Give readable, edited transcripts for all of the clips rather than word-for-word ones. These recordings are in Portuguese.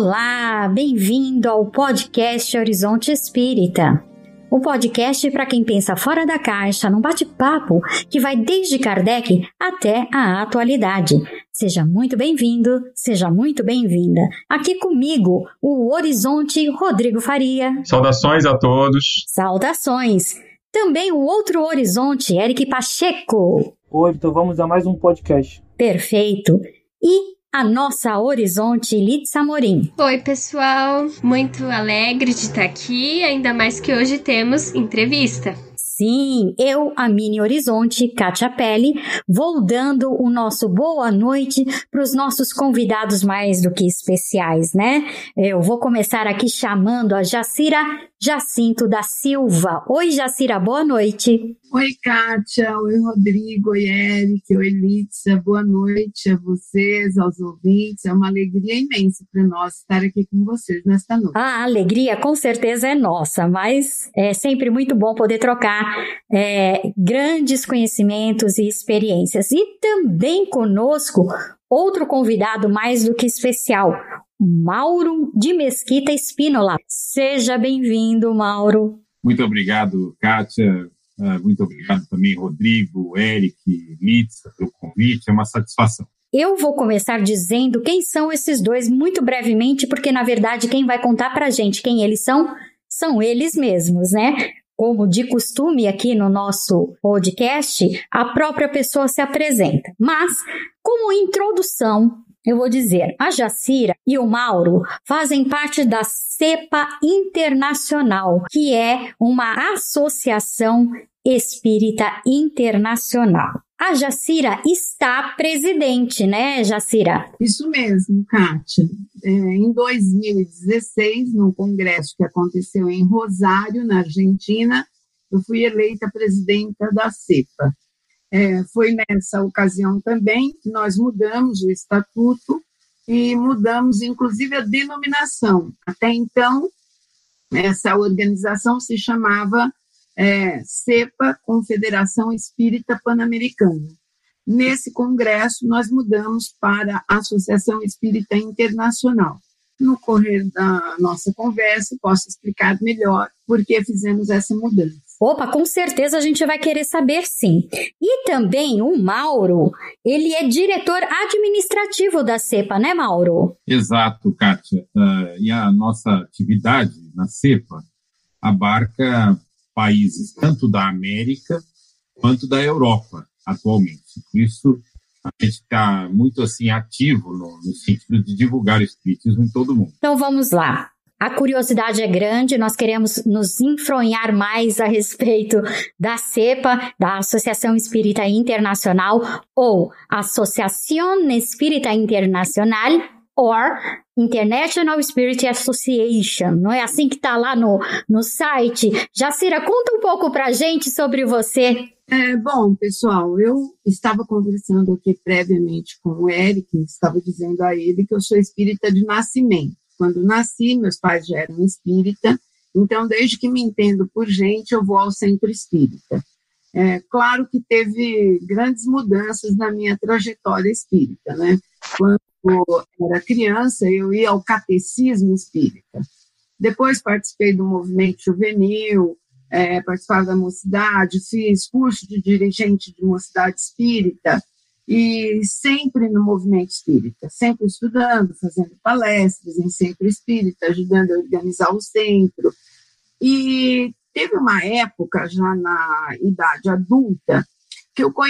Olá, bem-vindo ao podcast Horizonte Espírita. O podcast para quem pensa fora da caixa, num bate-papo que vai desde Kardec até a atualidade. Seja muito bem-vindo, seja muito bem-vinda. Aqui comigo, o Horizonte Rodrigo Faria. Saudações a todos. Saudações. Também o outro Horizonte, Eric Pacheco. Oi, então vamos a mais um podcast. Perfeito. E a nossa Horizonte, Lídice Amorim. Oi, pessoal. Muito alegre de estar aqui, ainda mais que hoje temos entrevista. Sim, eu, a Mini Horizonte, Kátia Pelli, vou dando o nosso boa noite para os nossos convidados mais do que especiais, né? Eu vou começar aqui chamando a Jacira Jacinto da Silva. Oi, Jacira, boa noite. Oi, Kátia. Oi, Rodrigo. Oi, Eric. Oi, Lídice. Boa noite a vocês, aos ouvintes. É uma alegria imensa para nós estar aqui com vocês nesta noite. A alegria, com certeza, é nossa, mas é sempre muito bom poder trocar grandes conhecimentos e experiências. E também conosco, outro convidado mais do que especial, Mauro de Mesquita Espínola. Seja bem-vindo, Mauro. Muito obrigado, Kátia. Muito obrigado também, Rodrigo, Eric, Lídice, pelo convite. É uma satisfação. Eu vou começar dizendo quem são esses dois muito brevemente, porque, na verdade, quem vai contar pra gente quem eles são eles mesmos, né? Como de costume aqui no nosso podcast, a própria pessoa se apresenta. Mas, como introdução, eu vou dizer, a Jacira e o Mauro fazem parte da CEPA Internacional, que é uma associação espírita internacional. A Jacira está presidente, né, Jacira? Isso mesmo, Kátia. Em 2016, no congresso que aconteceu em Rosário, na Argentina, eu fui eleita presidenta da CEPA. Foi nessa ocasião também que nós mudamos o estatuto e mudamos, inclusive, a denominação. Até então, essa organização se chamava CEPA, Confederação Espírita Pan-Americana. Nesse congresso, nós mudamos para Associação Espírita Internacional. No correr da nossa conversa, posso explicar melhor por que fizemos essa mudança. Opa, com certeza a gente vai querer saber, sim. E também o Mauro, ele é diretor administrativo da CEPA, né, Mauro? Exato, Kátia. E a nossa atividade na CEPA abarca países tanto da América quanto da Europa, atualmente. Por isso, a gente está muito assim, ativo no sentido de divulgar o espiritismo em todo o mundo. Então, vamos lá. A curiosidade é grande, nós queremos nos enfronhar mais a respeito da CEPA, da Associação Espírita Internacional, ou Associación Espírita Internacional, ou International Spirit Association. Não é assim que está lá no site? Jacira, conta um pouco para a gente sobre você. Bom, pessoal, eu estava conversando aqui previamente com o Eric, estava dizendo a ele que eu sou espírita de nascimento. Quando nasci, meus pais já eram espírita, então desde que me entendo por gente, eu vou ao centro espírita. Claro que teve grandes mudanças na minha trajetória espírita, né? Quando eu era criança, eu ia ao catecismo espírita. Depois participei do movimento juvenil, participava da mocidade, fiz curso de dirigente de mocidade espírita, e sempre no movimento espírita, sempre estudando, fazendo palestras em centro espírita, ajudando a organizar o centro. E teve uma época, já na idade adulta, que eu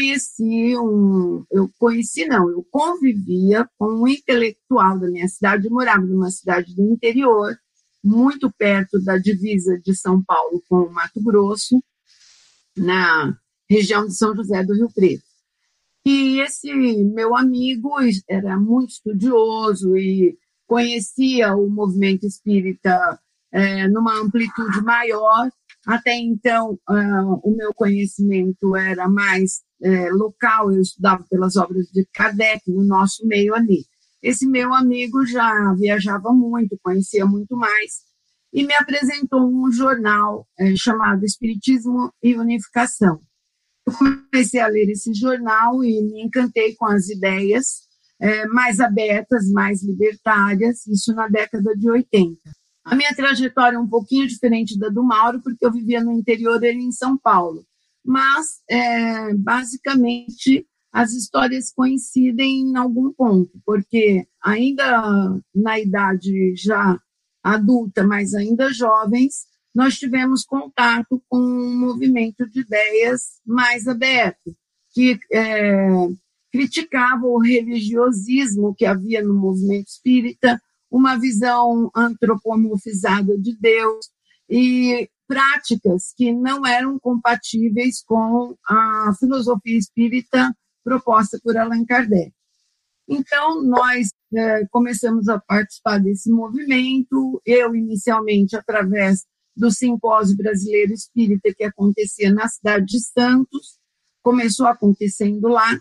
convivia com um intelectual da minha cidade. Eu morava numa cidade do interior, muito perto da divisa de São Paulo com o Mato Grosso, na região de São José do Rio Preto. E esse meu amigo era muito estudioso e conhecia o movimento espírita numa amplitude maior. Até então, o meu conhecimento era mais local, eu estudava pelas obras de Kardec, no nosso meio ali. Esse meu amigo já viajava muito, conhecia muito mais, e me apresentou um jornal chamado Espiritismo e Unificação. Eu comecei a ler esse jornal e me encantei com as ideias mais abertas, mais libertárias, isso na década de 80. A minha trajetória é um pouquinho diferente da do Mauro, porque eu vivia no interior, ele em São Paulo. Mas, basicamente, as histórias coincidem em algum ponto, porque ainda na idade já adulta, mas ainda jovens, nós tivemos contato com um movimento de ideias mais aberto, que criticava o religiosismo que havia no movimento espírita, uma visão antropomorfizada de Deus e práticas que não eram compatíveis com a filosofia espírita proposta por Allan Kardec. Então, nós começamos a participar desse movimento, eu inicialmente através do Simpósio Brasileiro Espírita que acontecia na cidade de Santos, começou acontecendo lá,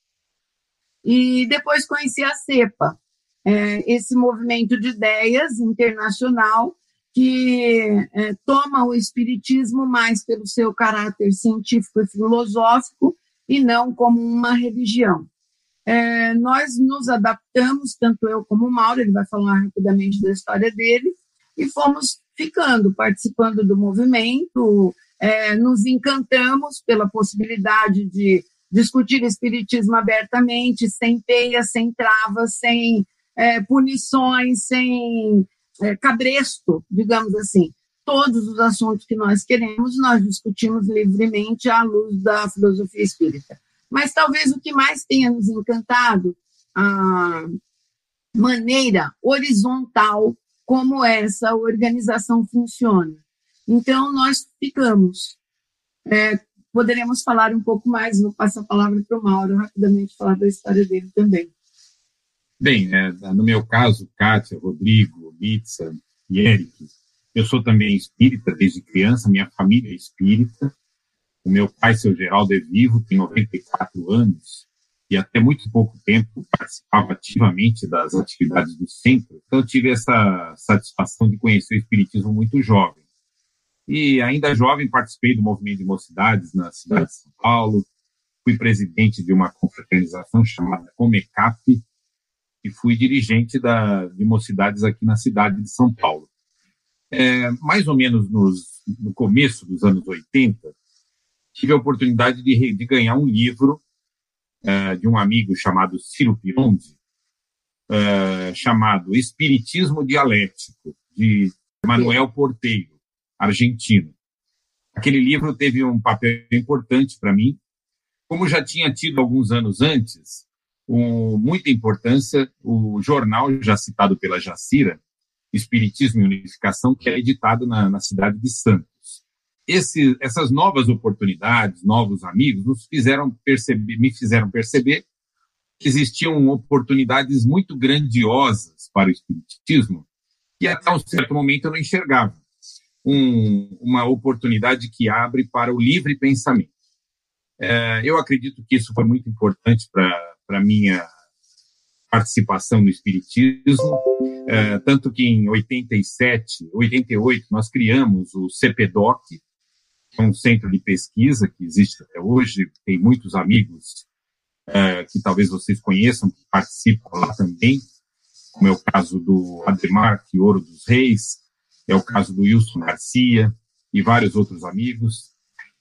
e depois conheci a CEPA, esse movimento de ideias internacional que toma o espiritismo mais pelo seu caráter científico e filosófico e não como uma religião. Nós nos adaptamos, tanto eu como o Mauro, ele vai falar rapidamente da história dele, e fomos ficando, participando do movimento, nos encantamos pela possibilidade de discutir espiritismo abertamente, sem peias, sem travas, sem punições, sem cabresto, digamos assim. Todos os assuntos que nós queremos, nós discutimos livremente à luz da filosofia espírita. Mas talvez o que mais tenha nos encantado, a maneira horizontal como essa organização funciona. Então, nós ficamos. Poderemos falar um pouco mais, vou passar a palavra para o Mauro, rapidamente falar da história dele também. Bem, no meu caso, Kátia, Rodrigo, Litsa e Eric, eu sou também espírita desde criança, minha família é espírita. O meu pai, seu Geraldo, é vivo, tem 94 anos e até muito pouco tempo participava ativamente das atividades do centro. Então, eu tive essa satisfação de conhecer o espiritismo muito jovem. E ainda jovem participei do movimento de mocidades na cidade de São Paulo, fui presidente de uma confraternização chamada Comecap e fui dirigente de mocidades aqui na cidade de São Paulo. Mais ou menos no começo dos anos 80, tive a oportunidade de ganhar um livro de um amigo chamado Ciro Pirondi, chamado Espiritismo Dialético, de Manuel Porteiro, argentino. Aquele livro teve um papel importante para mim, como já tinha tido alguns anos antes, muita importância, o jornal já citado pela Jacira, Espiritismo e Unificação, que é editado na cidade de Santos. Essas novas oportunidades, novos amigos, me fizeram perceber que existiam oportunidades muito grandiosas para o espiritismo que até um certo momento eu não enxergava. Uma oportunidade que abre para o livre pensamento. Eu acredito que isso foi muito importante para a minha participação no espiritismo, tanto que em 87, 88, nós criamos o CPDOC, que é um centro de pesquisa que existe até hoje, tem muitos amigos que talvez vocês conheçam, que participam lá também, como é o caso do Ademar Quioro dos Reis, é o caso do Wilson Garcia e vários outros amigos.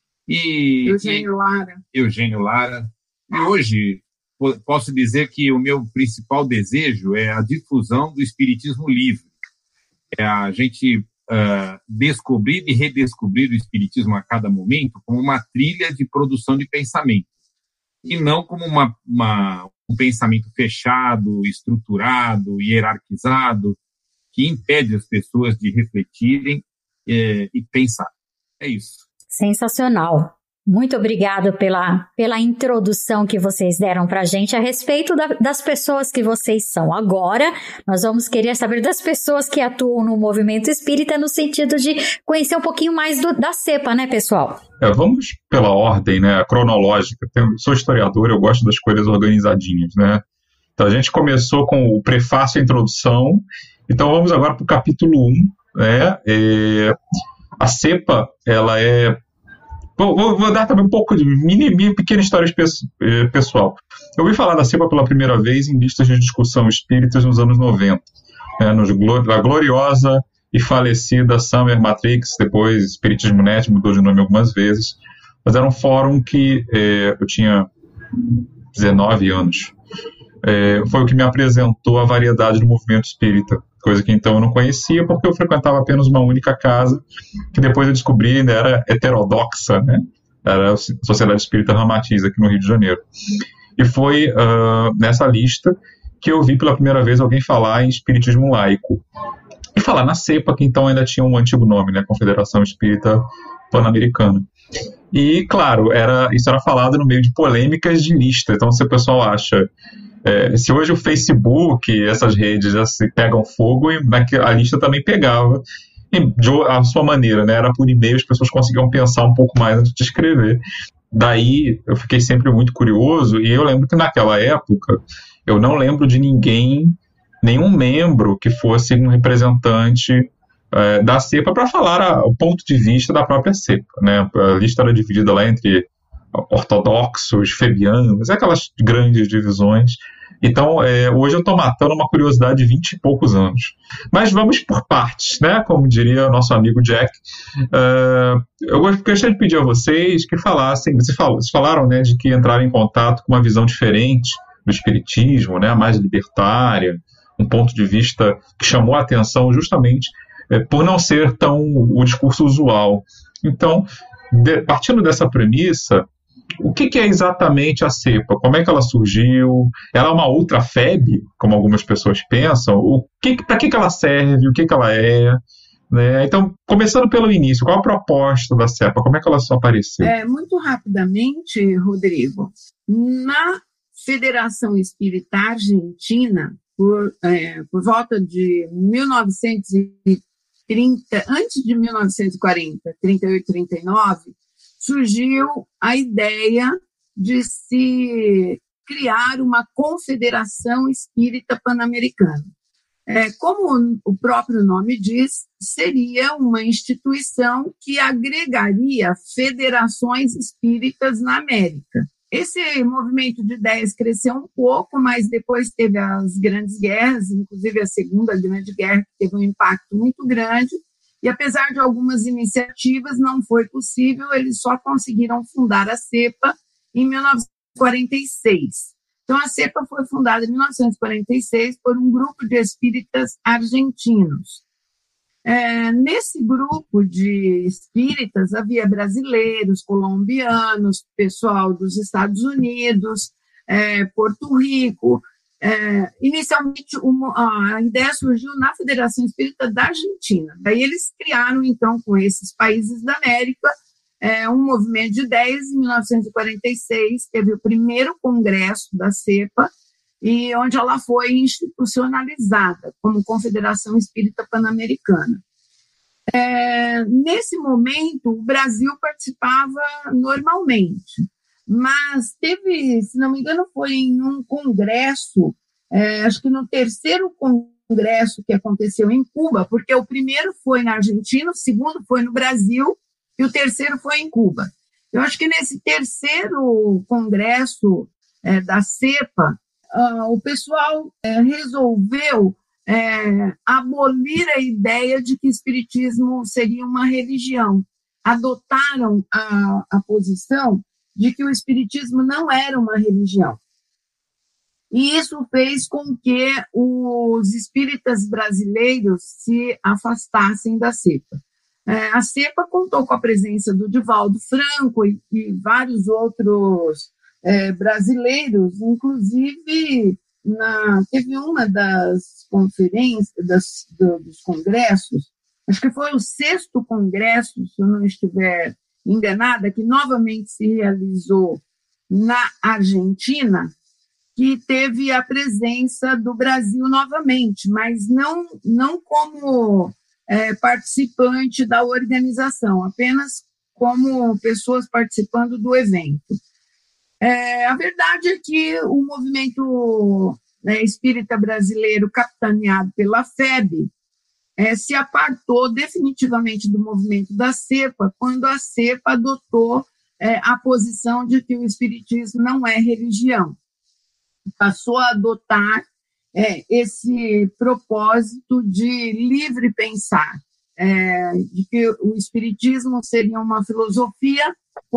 Eugênio Lara. E hoje posso dizer que o meu principal desejo é a difusão do espiritismo livre. É a gente descobrir e redescobrir o espiritismo a cada momento como uma trilha de produção de pensamento. E não como um pensamento fechado, estruturado, hierarquizado, que impede as pessoas de refletirem e pensar. É isso. Sensacional. Muito obrigada pela introdução que vocês deram para a gente a respeito das pessoas que vocês são. Agora, nós vamos querer saber das pessoas que atuam no movimento espírita no sentido de conhecer um pouquinho mais da CEPA, né, pessoal? Vamos pela ordem, né, cronológica. Eu sou historiador, eu gosto das coisas organizadinhas, né? Então, a gente começou com o prefácio e a introdução. Então, vamos agora para o capítulo 1. A CEPA, ela é Vou dar também um pouco de minha pequena história pessoal. Eu ouvi falar da CEPA pela primeira vez em listas de discussão espíritas nos anos 90, na gloriosa e falecida Summer Matrix, depois Espiritismo Net, mudou de nome algumas vezes, mas era um fórum que eu tinha 19 anos. Foi o que me apresentou a variedade do movimento espírita, coisa que então eu não conhecia, porque eu frequentava apenas uma única casa, que depois eu descobri ainda era heterodoxa, né? Era a Sociedade Espírita Ramatiz, aqui no Rio de Janeiro. E foi nessa lista que eu vi pela primeira vez alguém falar em espiritismo laico. E falar na CEPA, que então ainda tinha um antigo nome, né? Confederação Espírita Pan-Americana. E, claro, isso era falado no meio de polêmicas de lista. Então, se o pessoal acha... se hoje o Facebook, essas redes já se pegam fogo, e a lista também pegava, à sua maneira, né? Era por e-mail, as pessoas conseguiam pensar um pouco mais antes de escrever. Daí, eu fiquei sempre muito curioso, e eu lembro que naquela época, eu não lembro de nenhum membro que fosse um representante da CEPA para falar o ponto de vista da própria CEPA, né? A lista era dividida lá entre ortodoxos, febianos, aquelas grandes divisões. Então, hoje eu estou matando uma curiosidade de 20 e poucos anos. Mas vamos por partes, né? Como diria nosso amigo Jack. Eu gostaria de pedir a vocês que falassem, vocês falaram, né, de que entraram em contato com uma visão diferente do espiritismo, né, mais libertária, um ponto de vista que chamou a atenção justamente por não ser tão o discurso usual. Então, partindo dessa premissa, o que é exatamente a CEPA? Como é que ela surgiu? Ela é uma outra FEB, como algumas pessoas pensam? Para que ela serve? O que ela é? Né? Então, começando pelo início, qual a proposta da CEPA? Como é que ela só apareceu? Muito rapidamente, Rodrigo, na Federação Espírita Argentina, por volta de 1930, antes de 1940, 38, 39, surgiu a ideia de se criar uma confederação espírita pan-americana. Como o próprio nome diz, seria uma instituição que agregaria federações espíritas na América. Esse movimento de ideias cresceu um pouco, mas depois teve as grandes guerras, inclusive a Segunda Grande Guerra, que teve um impacto muito grande, e apesar de algumas iniciativas, não foi possível, eles só conseguiram fundar a CEPA em 1946. Então, a CEPA foi fundada em 1946 por um grupo de espíritas argentinos. Nesse grupo de espíritas havia brasileiros, colombianos, pessoal dos Estados Unidos, Porto Rico. Inicialmente, a ideia surgiu na Federação Espírita da Argentina. Daí eles criaram, então, com esses países da América, um movimento de ideias. Em 1946, teve o primeiro congresso da CEPA, e onde ela foi institucionalizada como Confederação Espírita Pan-Americana. Nesse momento, o Brasil participava normalmente, mas teve, se não me engano, foi em um congresso, acho que no terceiro congresso que aconteceu em Cuba, porque o primeiro foi na Argentina, o segundo foi no Brasil e o terceiro foi em Cuba. Eu acho que nesse terceiro congresso da CEPA, o pessoal resolveu abolir a ideia de que o espiritismo seria uma religião. Adotaram a posição de que o espiritismo não era uma religião. E isso fez com que os espíritas brasileiros se afastassem da CEPA. A CEPA contou com a presença do Divaldo Franco e vários outros brasileiros, inclusive teve uma das conferências, dos congressos, acho que foi o 6º congresso, se eu não estiver enganada, que novamente se realizou na Argentina, que teve a presença do Brasil novamente, mas não como participante da organização, apenas como pessoas participando do evento. A verdade é que o movimento espírita brasileiro, capitaneado pela FEB, se apartou definitivamente do movimento da cepa, quando a cepa adotou a posição de que o espiritismo não é religião. Passou a adotar esse propósito de livre pensar, de que o espiritismo seria uma filosofia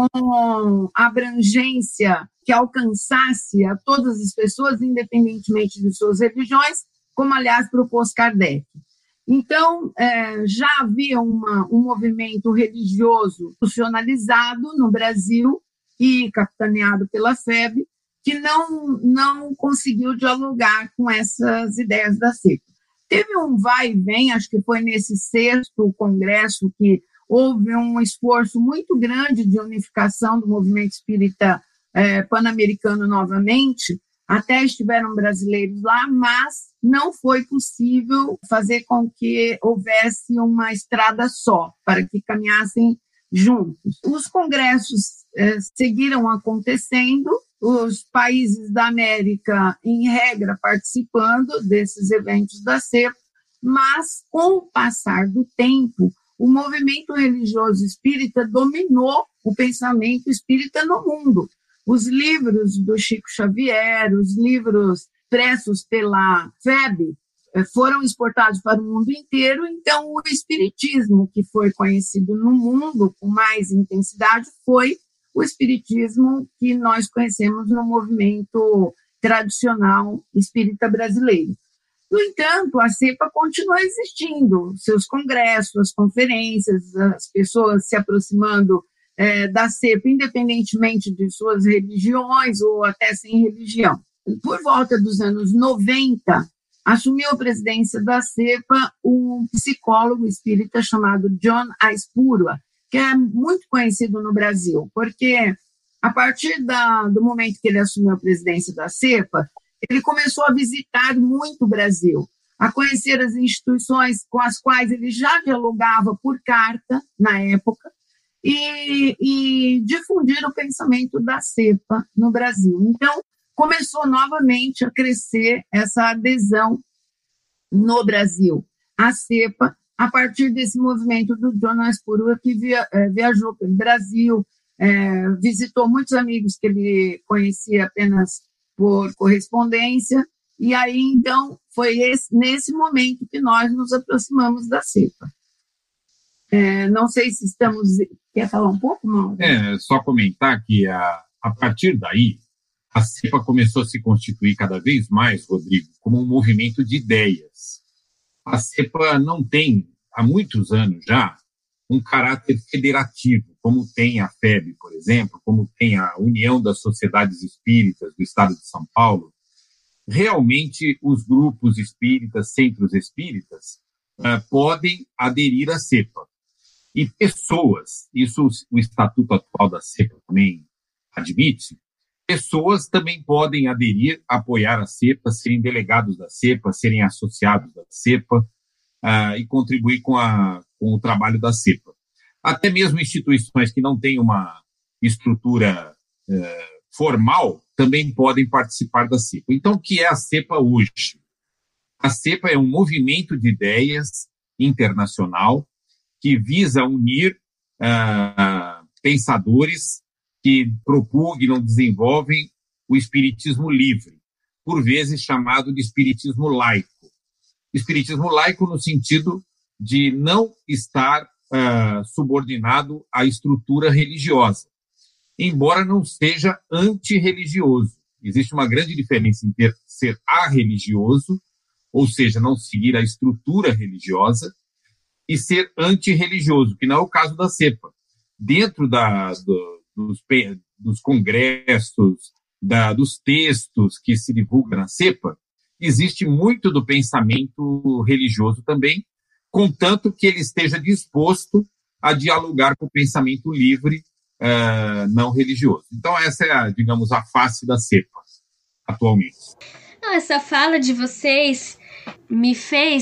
com abrangência que alcançasse a todas as pessoas, independentemente de suas religiões, como, aliás, propôs Kardec. Então, já havia um movimento religioso institucionalizado no Brasil e capitaneado pela FEB, que não conseguiu dialogar com essas ideias da cepa. Teve um vai e vem, acho que foi nesse 6º congresso que houve um esforço muito grande de unificação do movimento espírita pan-americano novamente, até estiveram brasileiros lá, mas não foi possível fazer com que houvesse uma estrada só, para que caminhassem juntos. Os congressos seguiram acontecendo, os países da América, em regra, participando desses eventos da CEPA, mas, com o passar do tempo, o movimento religioso espírita dominou o pensamento espírita no mundo. Os livros do Chico Xavier, os livros expressos pela FEB, foram exportados para o mundo inteiro, então o espiritismo que foi conhecido no mundo com mais intensidade foi o espiritismo que nós conhecemos no movimento tradicional espírita brasileiro. No entanto, a CEPA continua existindo, seus congressos, as conferências, as pessoas se aproximando da CEPA, independentemente de suas religiões ou até sem religião. Por volta dos anos 90, assumiu a presidência da CEPA um psicólogo espírita chamado John Aispurua, que é muito conhecido no Brasil, porque a partir do momento que ele assumiu a presidência da CEPA, ele começou a visitar muito o Brasil, a conhecer as instituições com as quais ele já dialogava por carta, na época, e difundir o pensamento da CEPA no Brasil. Então, começou novamente a crescer essa adesão no Brasil à CEPA, a partir desse movimento do John Aispurua, que viajou pelo Brasil, visitou muitos amigos que ele conhecia apenas por correspondência, e aí, então, foi nesse momento que nós nos aproximamos da CEPA. Não sei se estamos... Quer falar um pouco, Mauro? Só comentar que, a partir daí, a CEPA começou a se constituir cada vez mais, Rodrigo, como um movimento de ideias. A CEPA não tem, há muitos anos já, um caráter federativo, como tem a FEB, por exemplo, como tem a União das Sociedades Espíritas do Estado de São Paulo. Realmente, os grupos espíritas, centros espíritas, podem aderir à CEPA. E pessoas, isso o Estatuto atual da CEPA também admite, pessoas também podem aderir, apoiar a CEPA, serem delegados da CEPA, serem associados da CEPA e contribuir com o trabalho da CEPA. Até mesmo instituições que não têm uma estrutura formal também podem participar da CEPA. Então, o que é a CEPA hoje? A CEPA é um movimento de ideias internacional que visa unir pensadores que propugnam, desenvolvem o espiritismo livre, por vezes chamado de espiritismo laico. Espiritismo laico no sentido de não estar subordinado à estrutura religiosa, embora não seja antirreligioso. Existe uma grande diferença entre ser arreligioso, ou seja, não seguir a estrutura religiosa, e ser antirreligioso, que não é o caso da CEPA. Dentro dos congressos, dos textos que se divulgam na CEPA, existe muito do pensamento religioso também, contanto que ele esteja disposto a dialogar com o pensamento livre, não religioso. Então, essa é, digamos, a face da CEPA, atualmente. Essa fala de vocês me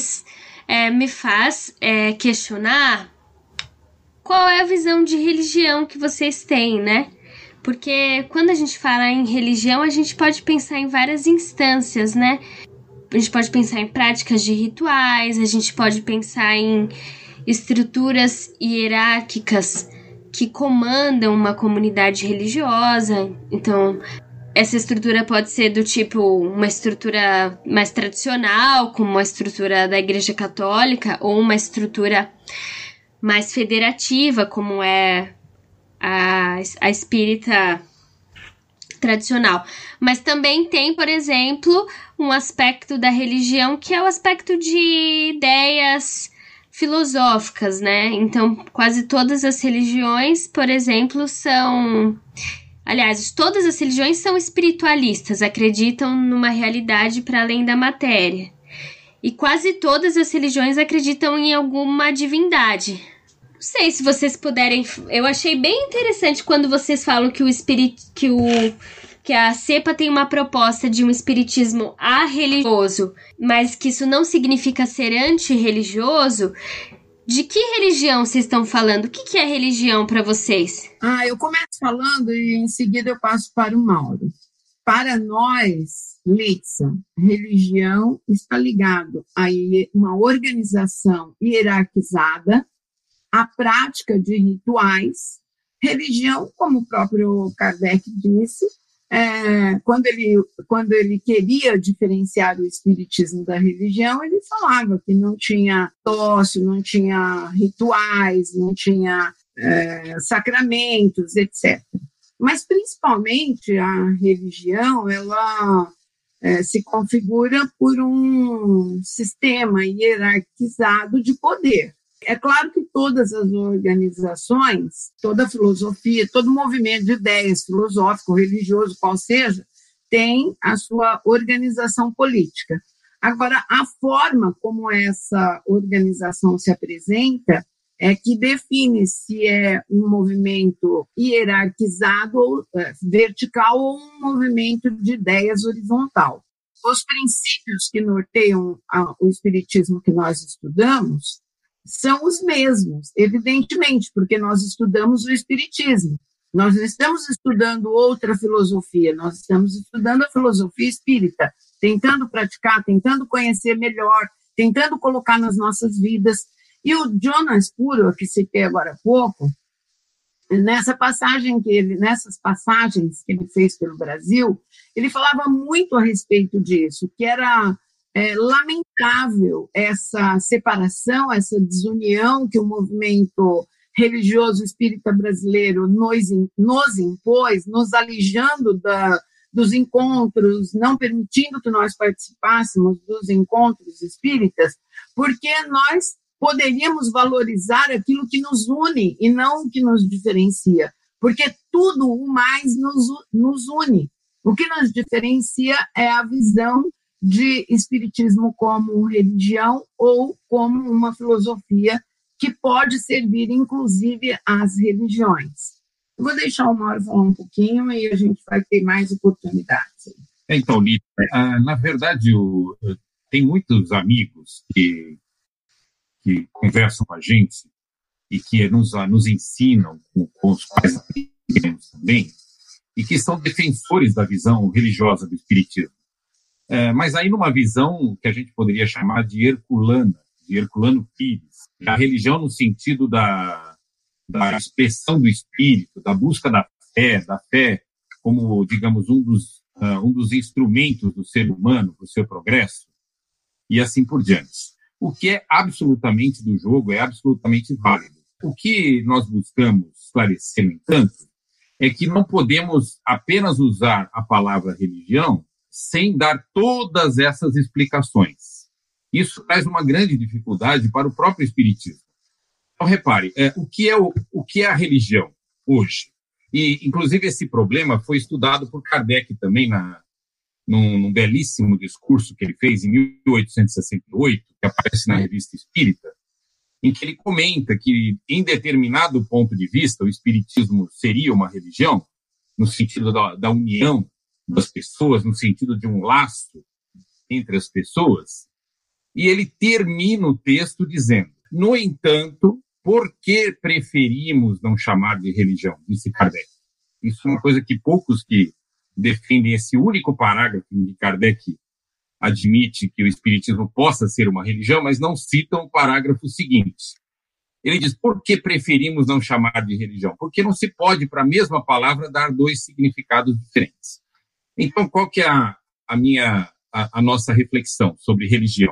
faz questionar qual é a visão de religião que vocês têm, né? Porque quando a gente fala em religião, a gente pode pensar em várias instâncias, né? a gente pode pensar em práticas de rituais, a gente pode pensar em estruturas hierárquicas que comandam uma comunidade religiosa. Então, essa estrutura pode ser do tipo uma estrutura mais tradicional, como a estrutura da Igreja Católica, ou uma estrutura mais federativa, como é a espírita tradicional. Mas também tem, por exemplo, um aspecto da religião que é o aspecto de ideias filosóficas, né? Então, quase todas as religiões, por exemplo, são... Aliás, todas as religiões são espiritualistas, acreditam numa realidade para além da matéria. E quase todas as religiões acreditam em alguma divindade. Não sei se vocês puderem... Eu achei bem interessante quando vocês falam que que a cepa tem uma proposta de um espiritismo arreligioso, mas que isso não significa ser antirreligioso. De que religião vocês estão falando? O que é religião para vocês? Eu começo falando e em seguida eu passo para o Mauro. Para nós, Litsa, religião está ligado a uma organização hierarquizada, a prática de rituais. Religião, como o próprio Kardec disse, quando ele queria diferenciar o espiritismo da religião, ele falava que não tinha sócio, não tinha rituais, não tinha sacramentos, etc. Mas, principalmente, a religião ela se configura por um sistema hierarquizado de poder. É claro que todas as organizações, toda filosofia, todo movimento de ideias filosófico, religioso, qual seja, tem a sua organização política. Agora, a forma como essa organização se apresenta é que define se é um movimento hierarquizado, ou vertical, ou um movimento de ideias horizontal. Os princípios que norteiam o espiritismo que nós estudamos são os mesmos, evidentemente, porque nós estudamos o espiritismo. Nós não estamos estudando outra filosofia, nós estamos estudando a filosofia espírita, tentando praticar, tentando conhecer melhor, tentando colocar nas nossas vidas. E o Jonas Puro, que citei agora há pouco, nessas passagens que ele fez pelo Brasil, ele falava muito a respeito disso, que era lamentável essa separação, essa desunião que o movimento religioso espírita brasileiro nos impôs, nos alijando dos encontros, não permitindo que nós participássemos dos encontros espíritas, porque nós poderíamos valorizar aquilo que nos une e não o que nos diferencia, porque tudo o mais nos une. O que nos diferencia é a visão de espiritismo como religião ou como uma filosofia que pode servir, inclusive, às religiões. Eu vou deixar o Mauro falar um pouquinho e a gente vai ter mais oportunidades. Então, Lita, na verdade, tem muitos amigos que conversam com a gente e que nos ensinam, com os quais aprendemos também, e que são defensores da visão religiosa do espiritismo. Mas aí numa visão que a gente poderia chamar de Herculano Pires, a religião no sentido da expressão do espírito, da busca da fé como, digamos, um dos instrumentos do ser humano para o seu progresso, e assim por diante. O que é absolutamente do jogo é absolutamente válido. O que nós buscamos esclarecer, no entanto, é que não podemos apenas usar a palavra religião sem dar todas essas explicações. Isso traz uma grande dificuldade para o próprio espiritismo. Então, repare, o que é a religião hoje? E, inclusive, esse problema foi estudado por Kardec também num belíssimo discurso que ele fez em 1868, que aparece na Revista Espírita, em que ele comenta que, em determinado ponto de vista, o espiritismo seria uma religião, no sentido da união das pessoas, no sentido de um laço entre as pessoas, e ele termina o texto dizendo: no entanto, por que preferimos não chamar de religião? Disse Kardec. Isso é uma coisa que poucos que defendem esse único parágrafo de Kardec admite que o espiritismo possa ser uma religião, mas não citam o parágrafo seguinte. Ele diz, por que preferimos não chamar de religião? Porque não se pode, para a mesma palavra, dar dois significados diferentes. Então, qual que é a nossa reflexão sobre religião?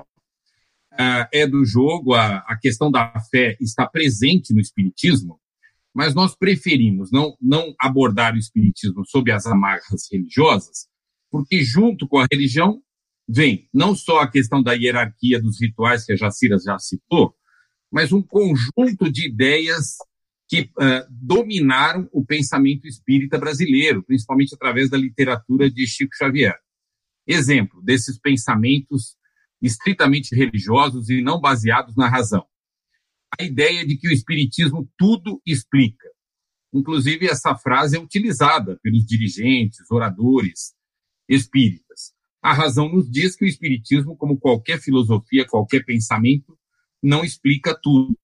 É do jogo, a questão da fé está presente no espiritismo, mas nós preferimos não abordar o espiritismo sob as amarras religiosas, porque junto com a religião vem não só a questão da hierarquia dos rituais que a Jacira já citou, mas um conjunto de ideias que dominaram o pensamento espírita brasileiro, principalmente através da literatura de Chico Xavier. Exemplo desses pensamentos estritamente religiosos e não baseados na razão. A ideia de que o espiritismo tudo explica. Inclusive, essa frase é utilizada pelos dirigentes, oradores espíritas. A razão nos diz que o espiritismo, como qualquer filosofia, qualquer pensamento, não explica tudo.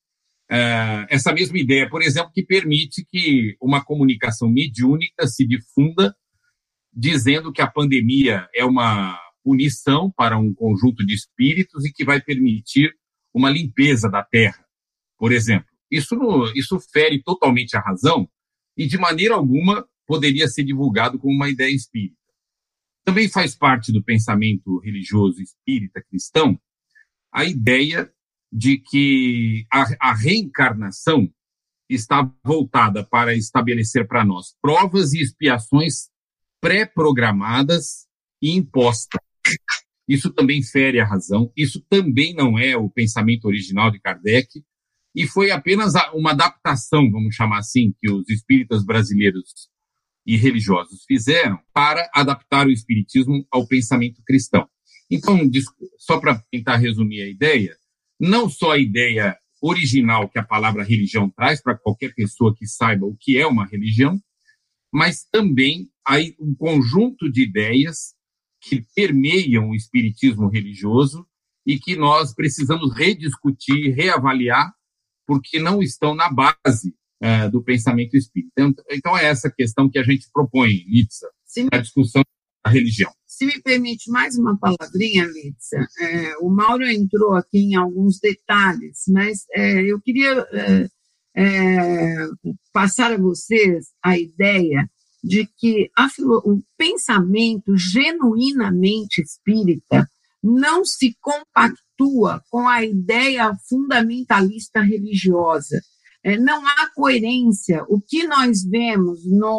Essa mesma ideia, por exemplo, que permite que uma comunicação mediúnica se difunda dizendo que a pandemia é uma punição para um conjunto de espíritos e que vai permitir uma limpeza da Terra, por exemplo. Isso fere totalmente a razão e, de maneira alguma, poderia ser divulgado como uma ideia espírita. Também faz parte do pensamento religioso espírita cristão a ideia de que a reencarnação está voltada para estabelecer para nós provas e expiações pré-programadas e impostas. Isso também fere a razão, isso também não é o pensamento original de Kardec, e foi apenas uma adaptação, vamos chamar assim, que os espíritas brasileiros e religiosos fizeram para adaptar o espiritismo ao pensamento cristão. Então, só para tentar resumir a ideia, não só a ideia original que a palavra religião traz para qualquer pessoa que saiba o que é uma religião, mas também aí um conjunto de ideias que permeiam o espiritismo religioso e que nós precisamos rediscutir, reavaliar, porque não estão na base do pensamento espírita. Então é essa questão que a gente propõe, Lídia, na discussão da religião. Se me permite mais uma palavrinha, Lídia, o Mauro entrou aqui em alguns detalhes, mas eu queria passar a vocês a ideia de que o pensamento genuinamente espírita não se compactua com a ideia fundamentalista religiosa. Não há coerência. O que nós vemos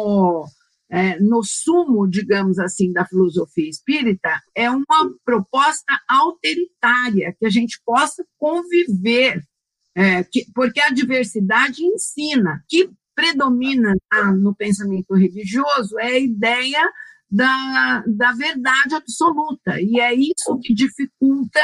no sumo, digamos assim, da filosofia espírita é uma proposta autoritária, que a gente possa conviver, porque a diversidade ensina. O que predomina no pensamento religioso é a ideia da verdade absoluta, e é isso que dificulta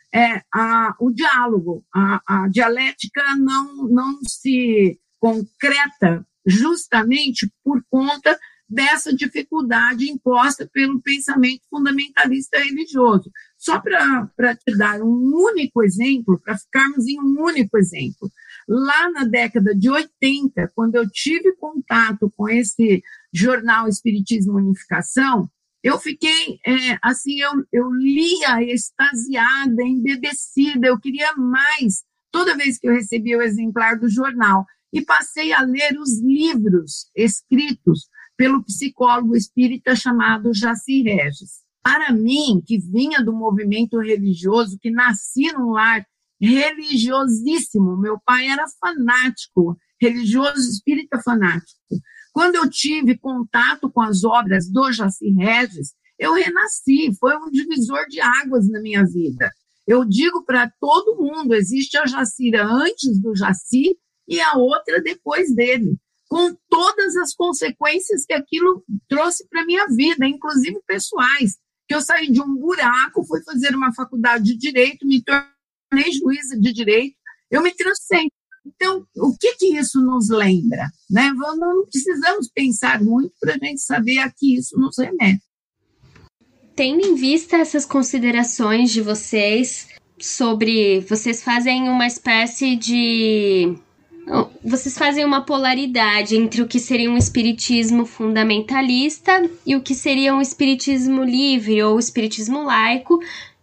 o diálogo. A dialética não se concreta justamente por conta dessa dificuldade imposta pelo pensamento fundamentalista religioso. Só para te dar um único exemplo, para ficarmos em um único exemplo, lá na década de 80, quando eu tive contato com esse jornal Espiritismo Unificação, eu fiquei, eu lia extasiada, embebecida, eu queria mais, toda vez que eu recebia o exemplar do jornal, e passei a ler os livros escritos pelo psicólogo espírita chamado Jaci Regis. Para mim, que vinha do movimento religioso, que nasci num lar religiosíssimo, meu pai era fanático, religioso espírita fanático. Quando eu tive contato com as obras do Jaci Regis, eu renasci, foi um divisor de águas na minha vida. Eu digo para todo mundo, existe a Jacira antes do Jaci e a outra depois dele, com todas as consequências que aquilo trouxe para a minha vida, inclusive pessoais, que eu saí de um buraco, fui fazer uma faculdade de Direito, me tornei juíza de Direito, eu me transcendo. Então, o que isso nos lembra? Né? Não precisamos pensar muito para a gente saber a que isso nos remete. Tendo em vista essas considerações de vocês sobre... Vocês fazem uma espécie de... Vocês fazem uma polaridade entre o que seria um espiritismo fundamentalista e o que seria um espiritismo livre ou espiritismo laico,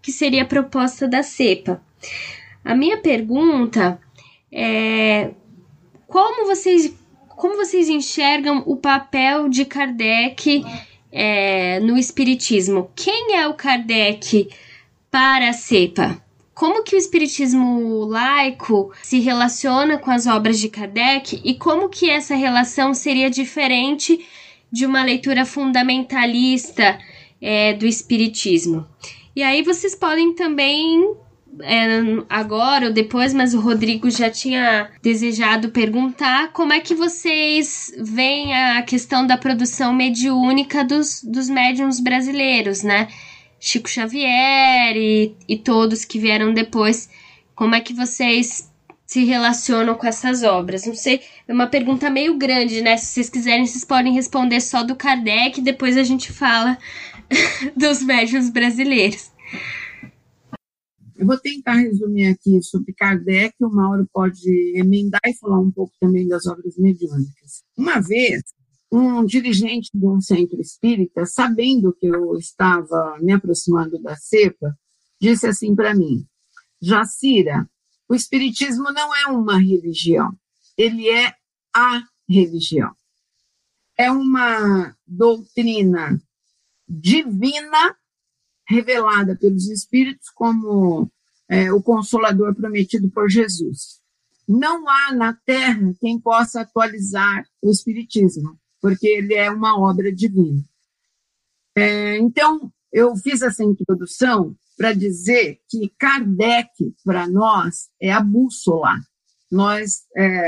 que seria a proposta da CEPA. A minha pergunta é como vocês enxergam o papel de Kardec no Espiritismo? Quem é o Kardec para a CEPA? Como que o Espiritismo laico se relaciona com as obras de Kardec e como que essa relação seria diferente de uma leitura fundamentalista do Espiritismo? E aí vocês podem também, agora ou depois, mas o Rodrigo já tinha desejado perguntar, como é que vocês veem a questão da produção mediúnica dos médiuns brasileiros, né? Chico Xavier e todos que vieram depois, como é que vocês se relacionam com essas obras? Não sei, é uma pergunta meio grande, né? Se vocês quiserem, vocês podem responder só do Kardec, depois a gente fala dos médiuns brasileiros. Eu vou tentar resumir aqui sobre Kardec, o Mauro pode emendar e falar um pouco também das obras mediúnicas. Uma vez, um dirigente de um centro espírita, sabendo que eu estava me aproximando da CEPA, disse assim para mim: Jacira, o espiritismo não é uma religião, ele é a religião. É uma doutrina divina revelada pelos espíritos como o Consolador prometido por Jesus. Não há na Terra quem possa atualizar o espiritismo, porque ele é uma obra divina. Então, eu fiz essa introdução para dizer que Kardec, para nós, é a bússola. Nós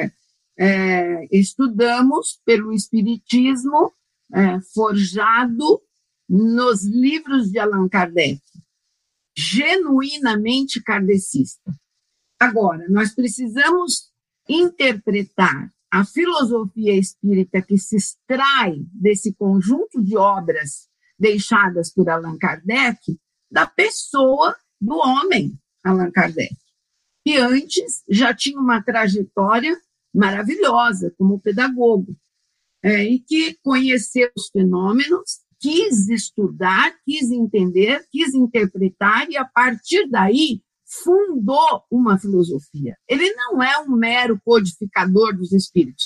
estudamos pelo espiritismo forjado nos livros de Allan Kardec, genuinamente kardecista. Agora, nós precisamos interpretar a filosofia espírita que se extrai desse conjunto de obras deixadas por Allan Kardec, da pessoa do homem Allan Kardec, que antes já tinha uma trajetória maravilhosa como pedagogo, e que conheceu os fenômenos, quis estudar, quis entender, quis interpretar, e a partir daí fundou uma filosofia. Ele não é um mero codificador dos espíritos.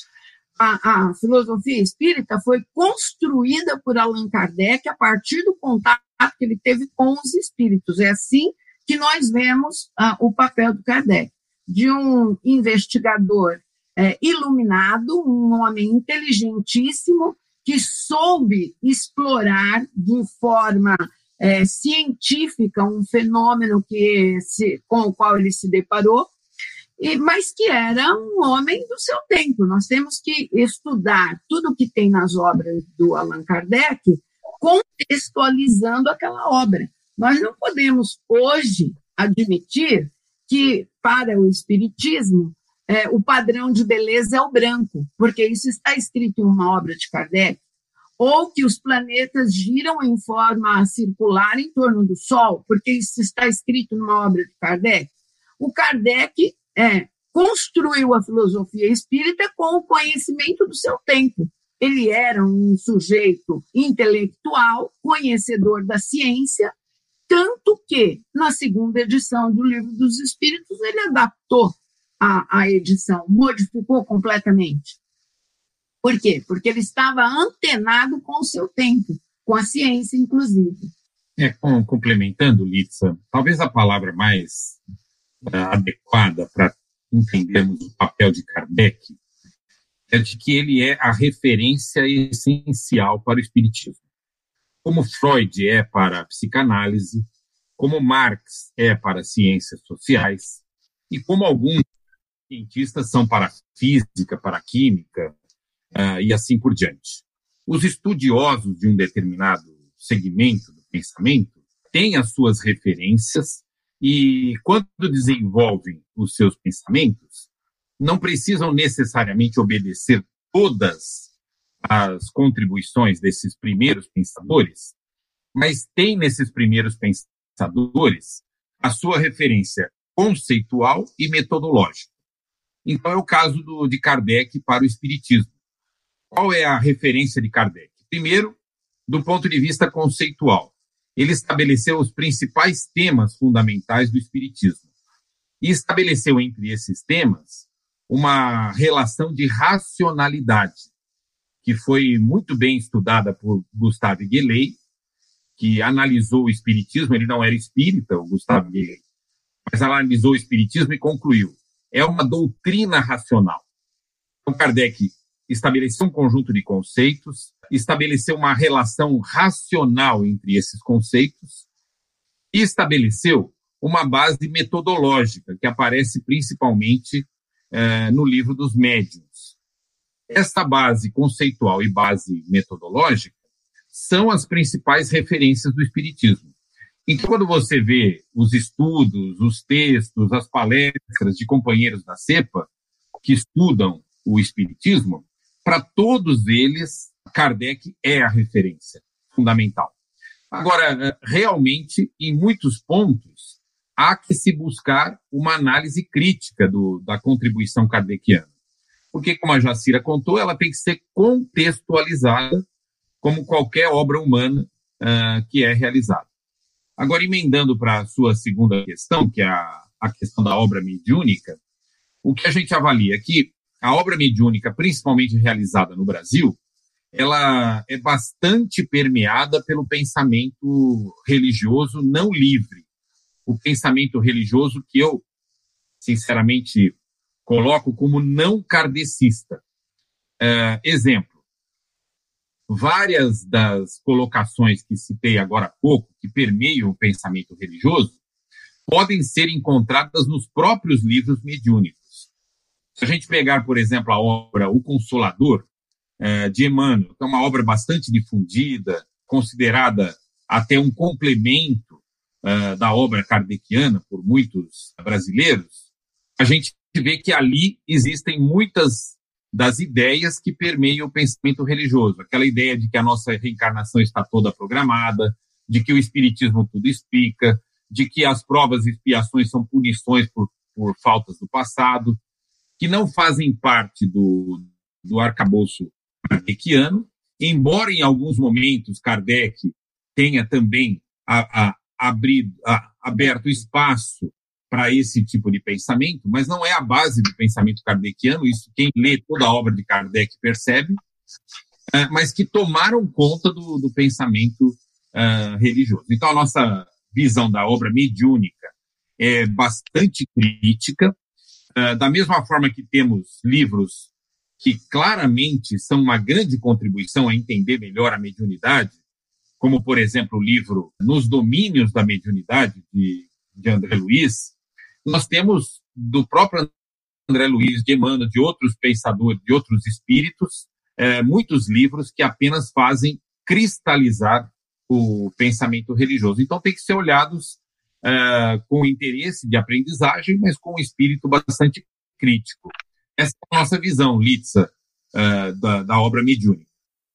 A filosofia espírita foi construída por Allan Kardec a partir do contato que ele teve com os espíritos. É assim que nós vemos o papel do Kardec, de um investigador iluminado, um homem inteligentíssimo, que soube explorar de forma científica um fenômeno com o qual ele se deparou, mas que era um homem do seu tempo. Nós temos que estudar tudo o que tem nas obras do Allan Kardec, contextualizando aquela obra. Nós não podemos hoje admitir que, para o espiritismo, o padrão de beleza é o branco, porque isso está escrito em uma obra de Kardec, ou que os planetas giram em forma circular em torno do Sol, porque isso está escrito numa obra de Kardec. O Kardec construiu a filosofia espírita com o conhecimento do seu tempo. Ele era um sujeito intelectual, conhecedor da ciência, tanto que, na segunda edição do Livro dos Espíritos, ele adaptou a edição, modificou completamente. Por quê? Porque ele estava antenado com o seu tempo, com a ciência, inclusive. Complementando, Litsa, talvez a palavra mais adequada para entendermos o papel de Kardec é de que ele é a referência essencial para o espiritismo. Como Freud é para a psicanálise, como Marx é para as ciências sociais, e como alguns cientistas são para a física, para a química, e assim por diante. Os estudiosos de um determinado segmento do pensamento têm as suas referências e, quando desenvolvem os seus pensamentos, não precisam necessariamente obedecer todas as contribuições desses primeiros pensadores, mas têm nesses primeiros pensadores a sua referência conceitual e metodológica. Então, é o caso de Kardec para o espiritismo. Qual é a referência de Kardec? Primeiro, do ponto de vista conceitual. ele estabeleceu os principais temas fundamentais do Espiritismo. E estabeleceu entre esses temas uma relação de racionalidade, que foi muito bem estudada por Gustave Guélé, que analisou o Espiritismo. Ele não era espírita, o Gustave Guélé, mas analisou o Espiritismo e concluiu: é uma doutrina racional. Então, Kardec estabeleceu um conjunto de conceitos, estabeleceu uma relação racional entre esses conceitos e estabeleceu uma base metodológica que aparece principalmente no livro dos Médiuns. Essa base conceitual e base metodológica são as principais referências do Espiritismo. Então, quando você vê os estudos, os textos, as palestras de companheiros da CEPA que estudam o Espiritismo, para todos eles, Kardec é a referência fundamental. Agora, realmente, em muitos pontos, há que se buscar uma análise crítica da contribuição kardeciana. Porque, como a Jacira contou, ela tem que ser contextualizada como qualquer obra humana que é realizada. Agora, emendando para a sua segunda questão, que é a questão da obra mediúnica, o que a gente avalia é que a obra mediúnica, principalmente realizada no Brasil, ela é bastante permeada pelo pensamento religioso não livre. O pensamento religioso que eu, sinceramente, coloco como não kardecista. Exemplo, várias das colocações que citei agora há pouco, que permeiam o pensamento religioso, podem ser encontradas nos próprios livros mediúnicos. Se a gente pegar, por exemplo, a obra O Consolador, de Emmanuel, que é uma obra bastante difundida, considerada até um complemento da obra kardeciana por muitos brasileiros, a gente vê que ali existem muitas das ideias que permeiam o pensamento religioso. Aquela ideia de que a nossa reencarnação está toda programada, de que o Espiritismo tudo explica, de que as provas e expiações são punições por faltas do passado, que não fazem parte do arcabouço kardeciano, embora em alguns momentos Kardec tenha também aberto espaço para esse tipo de pensamento, mas não é a base do pensamento kardeciano, isso quem lê toda a obra de Kardec percebe, mas que tomaram conta do pensamento religioso. Então, a nossa visão da obra mediúnica é bastante crítica, da mesma forma que temos livros que claramente são uma grande contribuição a entender melhor a mediunidade, como, por exemplo, o livro Nos Domínios da Mediunidade, de André Luiz. Nós temos do próprio André Luiz, de Emmanuel, de outros pensadores, de outros espíritos, muitos livros que apenas fazem cristalizar o pensamento religioso. Então, tem que ser olhados com interesse de aprendizagem, mas com um espírito bastante crítico. Essa é a nossa visão, Litsa, da obra mediúnica.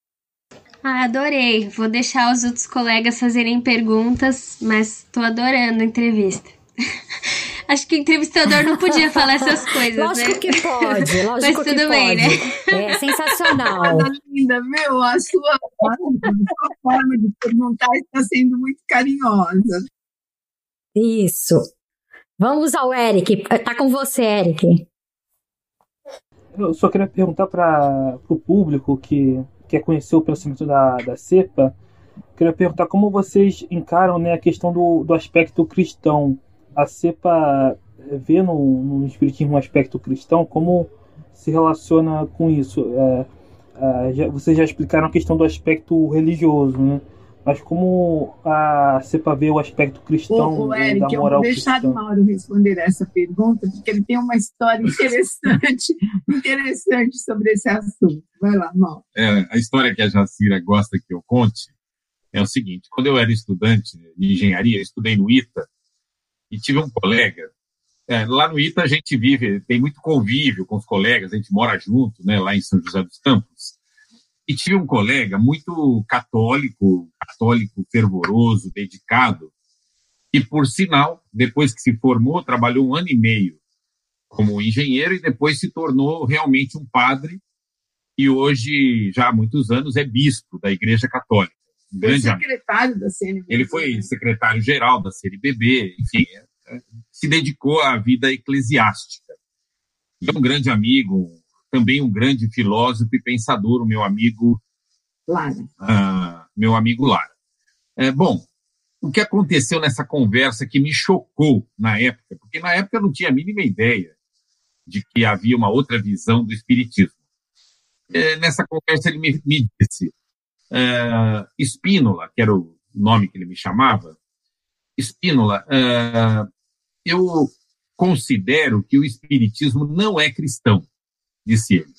Adorei. Vou deixar os outros colegas fazerem perguntas, mas estou adorando a entrevista. Acho que o entrevistador não podia falar essas coisas, lógico, né? Que pode, lógico mas que tudo bem, pode. Né? É sensacional. Linda, meu, a sua forma de perguntar está sendo muito carinhosa. Isso. Vamos ao Eric. Tá com você, Eric. Eu só queria perguntar para o público que quer conhecer o pensamento da CEPA, queria perguntar como vocês encaram, né, a questão do aspecto cristão. A CEPA vê no Espiritismo um aspecto cristão, como se relaciona com isso? Vocês já explicaram a questão do aspecto religioso, né? Mas como a CEPA vê o aspecto cristão Eric, da moral cristã? Eu vou deixar o Mauro responder essa pergunta, porque ele tem uma história interessante sobre esse assunto. Vai lá, Mauro. A história que a Jacira gosta que eu conte é o seguinte: quando eu era estudante de engenharia, eu estudei no ITA, e tive um colega. Lá no ITA a gente tem muito convívio com os colegas, a gente mora junto, né, lá em São José dos Campos. E tive um colega muito católico fervoroso, dedicado, e, por sinal, depois que se formou, trabalhou 1 ano e meio como engenheiro e depois se tornou realmente um padre e hoje, já há muitos anos, é bispo da Igreja Católica. grande amigo. Secretário da CNBB. Ele foi secretário-geral da CNBB, enfim, se dedicou à vida eclesiástica. É um grande amigo, também um grande filósofo e pensador, o meu amigo Lara. Bom, o que aconteceu nessa conversa que me chocou na época, porque na época eu não tinha a mínima ideia de que havia uma outra visão do espiritismo. Nessa conversa ele me disse, Spínola, que era o nome que ele me chamava, Spínola, eu considero que o espiritismo não é cristão, disse ele.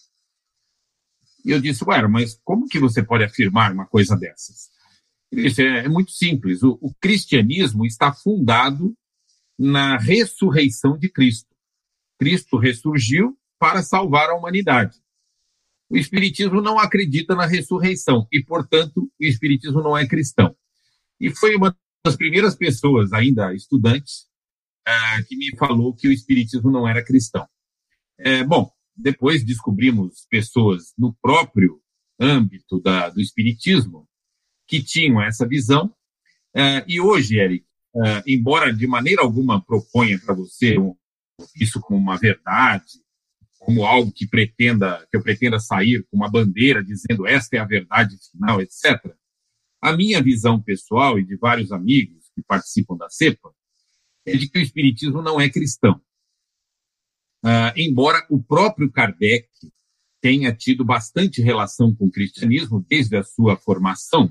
E eu disse, mas como que você pode afirmar uma coisa dessas? Ele disse, é muito simples, o cristianismo está fundado na ressurreição de Cristo. Cristo ressurgiu para salvar a humanidade. O espiritismo não acredita na ressurreição e, portanto, o espiritismo não é cristão. E foi uma das primeiras pessoas, ainda estudantes, que me falou que o espiritismo não era cristão. Bom, depois descobrimos pessoas no próprio âmbito do espiritismo que tinham essa visão. E hoje, Eric, embora de maneira alguma proponha para você isso como uma verdade, como algo que eu pretenda sair com uma bandeira dizendo esta é a verdade final, etc., a minha visão pessoal e de vários amigos que participam da CEPA é de que o espiritismo não é cristão. Embora o próprio Kardec tenha tido bastante relação com o cristianismo desde a sua formação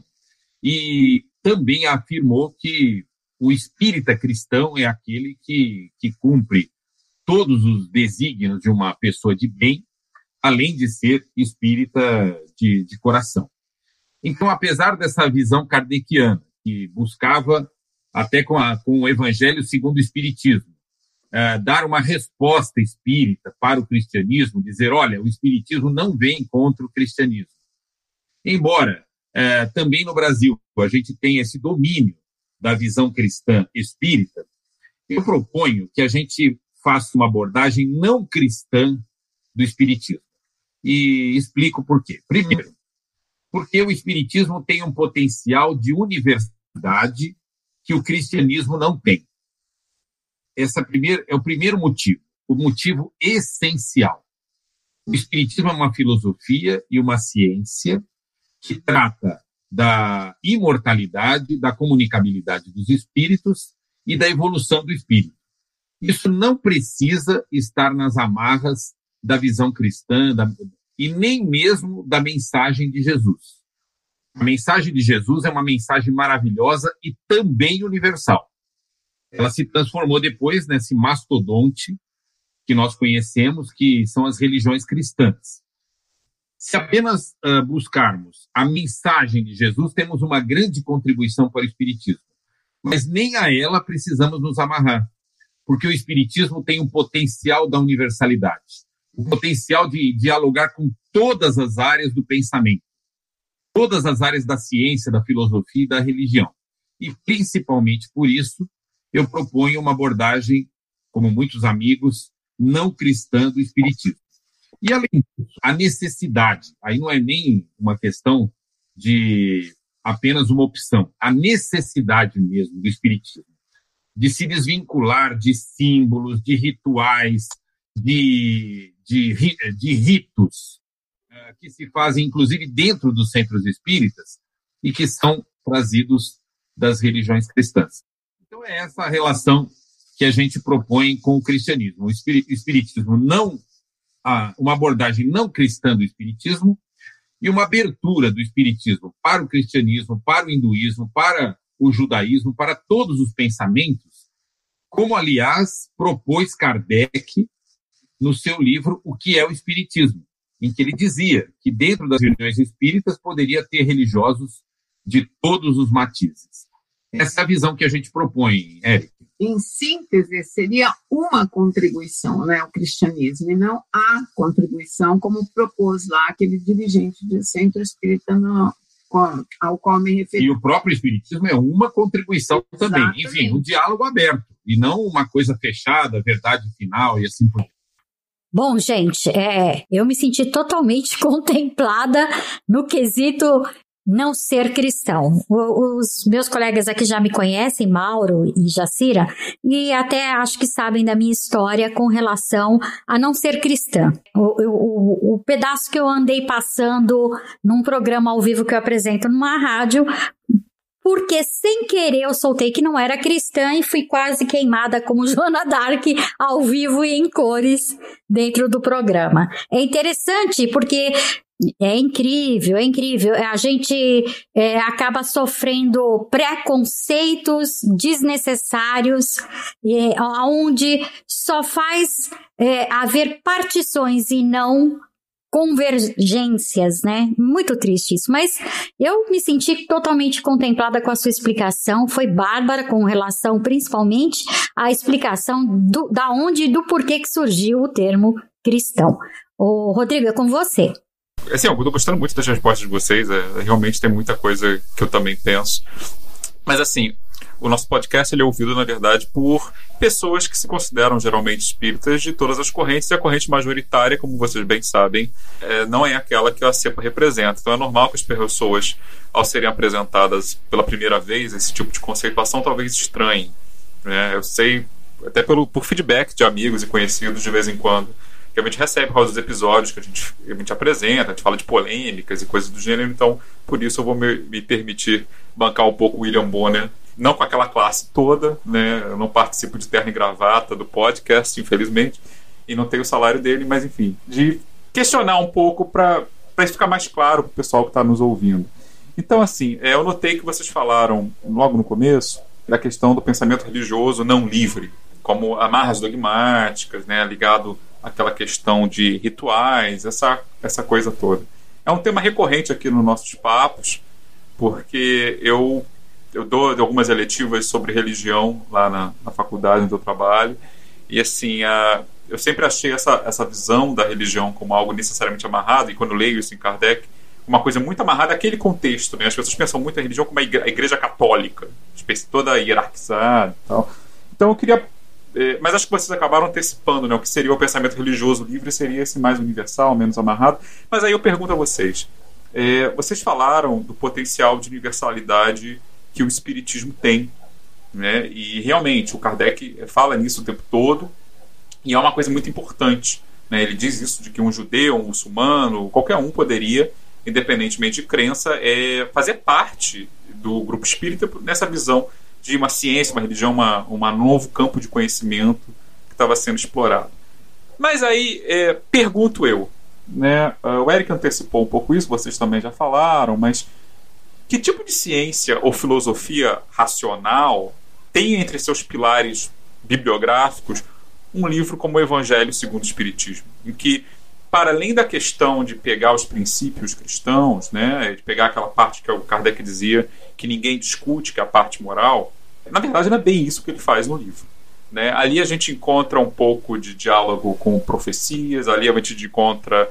e também afirmou que o espírita cristão é aquele que cumpre todos os desígnios de uma pessoa de bem, além de ser espírita de coração. Então, apesar dessa visão kardeciana, que buscava, até com o Evangelho segundo o Espiritismo, dar uma resposta espírita para o cristianismo, dizer, olha, o espiritismo não vem contra o cristianismo. Embora também no Brasil a gente tenha esse domínio da visão cristã espírita, eu proponho que a gente faça uma abordagem não cristã do espiritismo. E explico por quê. Primeiro, porque o espiritismo tem um potencial de universalidade que o cristianismo não tem. Esse é o primeiro motivo, o motivo essencial. O espiritismo é uma filosofia e uma ciência que trata da imortalidade, da comunicabilidade dos espíritos e da evolução do espírito. Isso não precisa estar nas amarras da visão cristã e nem mesmo da mensagem de Jesus. A mensagem de Jesus é uma mensagem maravilhosa e também universal. Ela se transformou depois nesse mastodonte que nós conhecemos, que são as religiões cristãs. Se apenas buscarmos a mensagem de Jesus, temos uma grande contribuição para o espiritismo. Mas nem a ela precisamos nos amarrar, porque o espiritismo tem um potencial da universalidade, o potencial de dialogar com todas as áreas do pensamento, todas as áreas da ciência, da filosofia e da religião. E, principalmente por isso, eu proponho uma abordagem, como muitos amigos, não cristã do espiritismo. E, além disso, a necessidade, aí não é nem uma questão de apenas uma opção, a necessidade mesmo do espiritismo, de se desvincular de símbolos, de rituais, de ritos que se fazem, inclusive, dentro dos centros espíritas e que são trazidos das religiões cristãs. Então, é essa a relação que a gente propõe com o cristianismo. O espiritismo uma abordagem não cristã do espiritismo e uma abertura do espiritismo para o cristianismo, para o hinduísmo, para o judaísmo, para todos os pensamentos, como, aliás, propôs Kardec no seu livro O que é o Espiritismo, em que ele dizia que dentro das reuniões espíritas poderia ter religiosos de todos os matizes. Essa é a visão que a gente propõe, Eric. Em síntese, seria uma contribuição, né, ao cristianismo, e não a contribuição, como propôs lá aquele dirigente do centro espírita ao qual me referi. E o próprio espiritismo é uma contribuição também. Exatamente. Enfim, um diálogo aberto, e não uma coisa fechada, verdade final e assim por diante. Bom, gente, eu me senti totalmente contemplada no quesito não ser cristão. Os meus colegas aqui já me conhecem, Mauro e Jacira, e até acho que sabem da minha história com relação a não ser cristã. O pedaço que eu andei passando num programa ao vivo que eu apresento numa rádio, porque sem querer eu soltei que não era cristã e fui quase queimada como Joana d'Arc ao vivo e em cores dentro do programa. É interessante porque é incrível. A gente acaba sofrendo preconceitos desnecessários, onde só faz haver partições e não convergências, né? Muito triste isso, mas eu me senti totalmente contemplada com a sua explicação, foi bárbara com relação principalmente à explicação da onde e do porquê que surgiu o termo cristão. Ô, Rodrigo, é com você. Assim, eu tô gostando muito das respostas de vocês, realmente tem muita coisa que eu também penso, mas assim, o nosso podcast ele é ouvido, na verdade, por pessoas que se consideram geralmente espíritas de todas as correntes, e a corrente majoritária, como vocês bem sabem, não é aquela que a CEPA representa. Então é normal que as pessoas, ao serem apresentadas pela primeira vez, esse tipo de conceituação talvez estranhem, né? Eu sei, até por feedback de amigos e conhecidos de vez em quando, que a gente recebe por causa dos episódios que a gente apresenta, a gente fala de polêmicas e coisas do gênero, então por isso eu vou me permitir bancar um pouco o William Bonner, não com aquela classe toda, né? Eu não participo de terno e gravata do podcast, infelizmente, e não tenho o salário dele, mas enfim, de questionar um pouco para isso ficar mais claro para o pessoal que está nos ouvindo. Então, assim, eu notei que vocês falaram logo no começo da questão do pensamento religioso não livre, como amarras dogmáticas, né? Ligado àquela questão de rituais, essa coisa toda. É um tema recorrente aqui nos nossos papos, porque eu dou algumas eletivas sobre religião lá na faculdade onde eu trabalho, e assim, eu sempre achei essa visão da religião como algo necessariamente amarrado, e quando eu leio isso em Kardec, uma coisa muito amarrada àquele contexto, né? As pessoas pensam muito na religião como a igreja católica, toda hierarquizada e tal. Então eu queria... mas acho que vocês acabaram antecipando, né? O que seria o pensamento religioso livre seria esse mais universal, menos amarrado. Mas aí eu pergunto a vocês, vocês falaram do potencial de universalidade que o espiritismo tem, né? E realmente o Kardec fala nisso o tempo todo, e é uma coisa muito importante, né? Ele diz isso de que um judeu, um muçulmano, qualquer um poderia, independentemente de crença, fazer parte do grupo espírita nessa visão de uma ciência, uma religião, um novo campo de conhecimento que estava sendo explorado. Mas aí, pergunto eu, né? O Eric antecipou um pouco isso, vocês também já falaram, mas que tipo de ciência ou filosofia racional tem entre seus pilares bibliográficos um livro como o Evangelho segundo o Espiritismo, em que, para além da questão de pegar os princípios cristãos, né, de pegar aquela parte que o Kardec dizia que ninguém discute, que é a parte moral, na verdade não é bem isso que ele faz no livro, né? Ali a gente encontra um pouco de diálogo com profecias, ali a gente encontra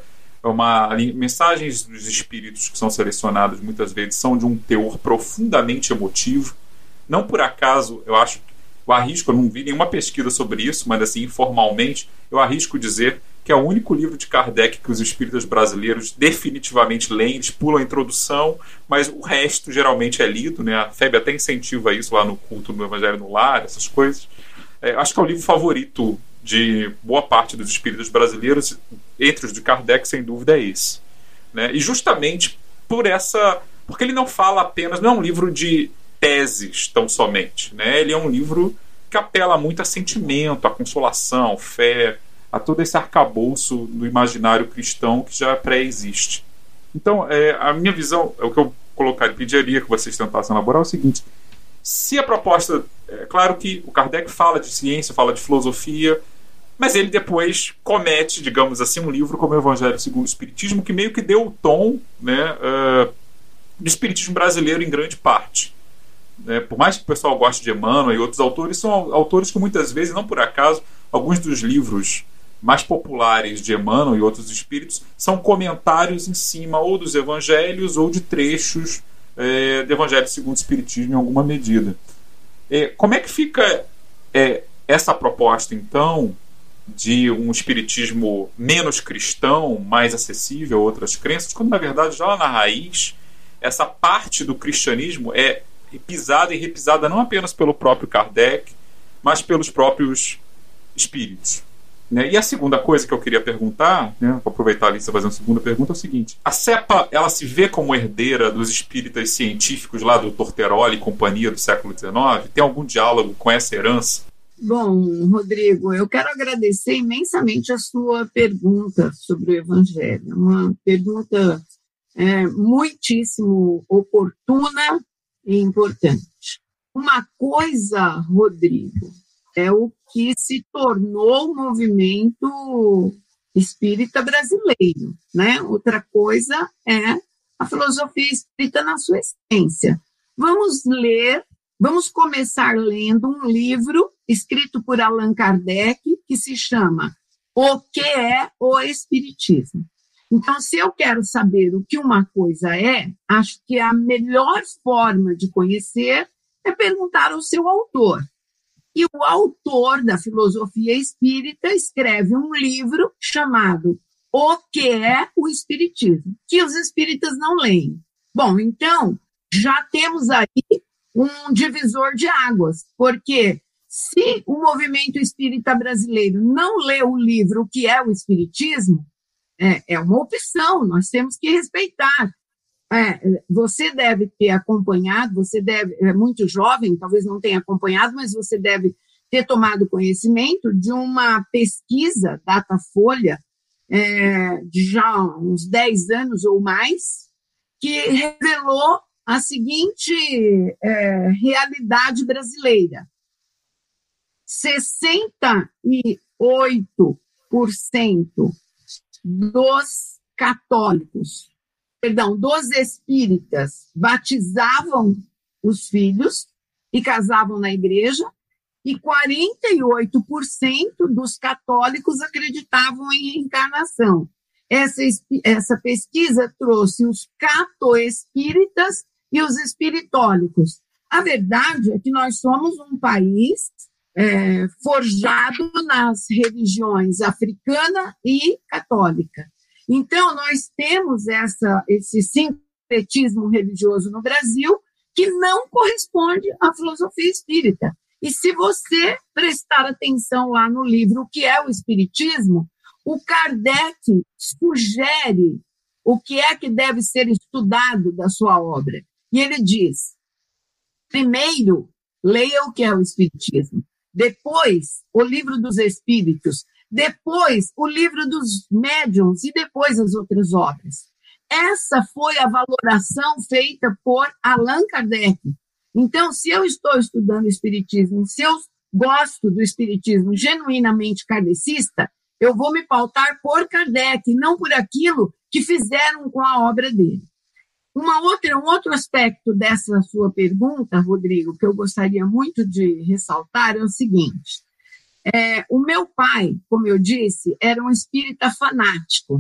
mensagens dos espíritos que são selecionadas muitas vezes são de um teor profundamente emotivo. Não por acaso, eu arrisco, eu não vi nenhuma pesquisa sobre isso, mas assim, informalmente, eu arrisco dizer que é o único livro de Kardec que os espíritas brasileiros definitivamente leem. Eles pulam a introdução, mas o resto geralmente é lido, né? A FEB até incentiva isso lá no culto do Evangelho no Lar, essas coisas. Acho que é o livro favorito de boa parte dos espíritas brasileiros, entre os de Kardec, sem dúvida, é esse, né? E justamente porque ele não fala apenas, não é um livro de teses tão somente, né? Ele é um livro que apela muito a sentimento, a consolação, fé, a todo esse arcabouço do imaginário cristão que já pré-existe. Então, a minha visão, o que eu pediria que vocês tentassem elaborar é o seguinte: se a proposta... claro que o Kardec fala de ciência, fala de filosofia, mas ele depois comete, digamos assim, um livro como o Evangelho segundo o Espiritismo, que meio que deu o tom, né, do espiritismo brasileiro em grande parte. Por mais que o pessoal goste de Emmanuel e outros autores, são autores que muitas vezes, não por acaso, alguns dos livros mais populares de Emmanuel e outros espíritos são comentários em cima ou dos evangelhos ou de trechos do Evangelho segundo o Espiritismo em alguma medida. Como é que fica essa proposta, então, de um espiritismo menos cristão, mais acessível a outras crenças, quando na verdade já lá na raiz essa parte do cristianismo é pisada e repisada não apenas pelo próprio Kardec, mas pelos próprios espíritos. Né? E a segunda coisa que eu queria perguntar, né, vou aproveitar ali para fazer uma segunda pergunta, é o seguinte: a CEPA, ela se vê como herdeira dos espíritas científicos lá do Torteroli e companhia do século XIX? Tem algum diálogo com essa herança? Bom, Rodrigo, eu quero agradecer imensamente a sua pergunta sobre o Evangelho. Uma pergunta muitíssimo oportuna e importante. Uma coisa, Rodrigo, é o que se tornou o movimento espírita brasileiro, né? Outra coisa é a filosofia espírita na sua essência. Vamos começar lendo um livro escrito por Allan Kardec que se chama O que é o Espiritismo? Então, se eu quero saber o que uma coisa é, acho que a melhor forma de conhecer é perguntar ao seu autor. E o autor da filosofia espírita escreve um livro chamado O que é o Espiritismo, que os espíritas não leem. Bom, então, já temos aí um divisor de águas, porque se o movimento espírita brasileiro não lê o livro O que é o Espiritismo, é uma opção, nós temos que respeitar. Você deve ter acompanhado, é muito jovem, talvez não tenha acompanhado, mas você deve ter tomado conhecimento de uma pesquisa, Datafolha, de já uns 10 anos ou mais, que revelou a seguinte realidade brasileira. 68% dos católicos, dos espíritas, batizavam os filhos e casavam na igreja, e 48% dos católicos acreditavam em reencarnação. Essa pesquisa trouxe os catoespíritas e os espiritólicos. A verdade é que nós somos um país forjado nas religiões africana e católica. Então, nós temos esse sincretismo religioso no Brasil que não corresponde à filosofia espírita. E se você prestar atenção lá no livro O que é o Espiritismo, o Kardec sugere o que é que deve ser estudado da sua obra. E ele diz, primeiro, leia o que é o Espiritismo. Depois, o livro dos Espíritos. Depois, o livro dos médiuns e depois as outras obras. Essa foi a valoração feita por Allan Kardec. Então, se eu estou estudando Espiritismo, se eu gosto do Espiritismo genuinamente kardecista, eu vou me pautar por Kardec, não por aquilo que fizeram com a obra dele. Um outro aspecto dessa sua pergunta, Rodrigo, que eu gostaria muito de ressaltar é o seguinte. O meu pai, como eu disse, era um espírita fanático.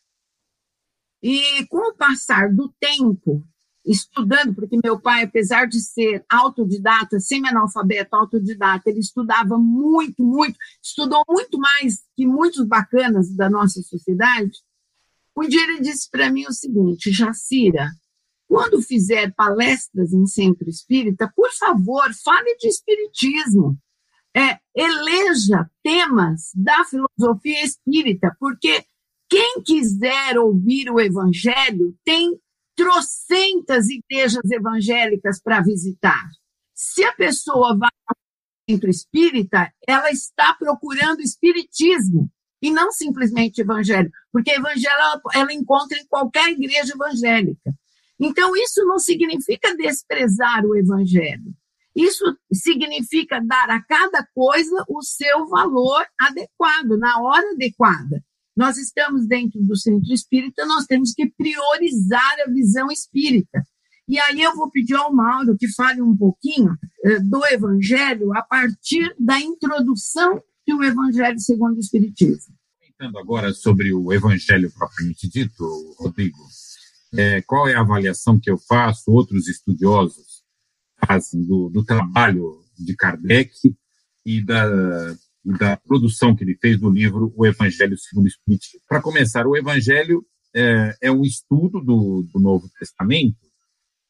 E com o passar do tempo, estudando, porque meu pai, apesar de ser autodidata, semi-analfabeto, autodidata, ele estudava muito, estudou muito mais que muitos bacanas da nossa sociedade. Um dia ele disse para mim o seguinte, Jacira, quando fizer palestras em centro espírita, por favor, fale de espiritismo. Eleja temas da filosofia espírita, porque quem quiser ouvir o evangelho tem trocentas igrejas evangélicas para visitar. Se a pessoa vai ao centro espírita, ela está procurando espiritismo e não simplesmente evangelho, porque evangelho ela encontra em qualquer igreja evangélica. Então, isso não significa desprezar o evangelho. Isso significa dar a cada coisa o seu valor adequado, na hora adequada. Nós estamos dentro do centro espírita, nós temos que priorizar a visão espírita. E aí eu vou pedir ao Mauro que fale um pouquinho do Evangelho a partir da introdução do Evangelho segundo o Espiritismo. Comentando agora sobre o Evangelho propriamente dito, Rodrigo, qual é a avaliação que eu faço, outros estudiosos fazem do trabalho de Kardec e da produção que ele fez do livro O Evangelho segundo o Espiritismo. Para começar, o Evangelho é um estudo do Novo Testamento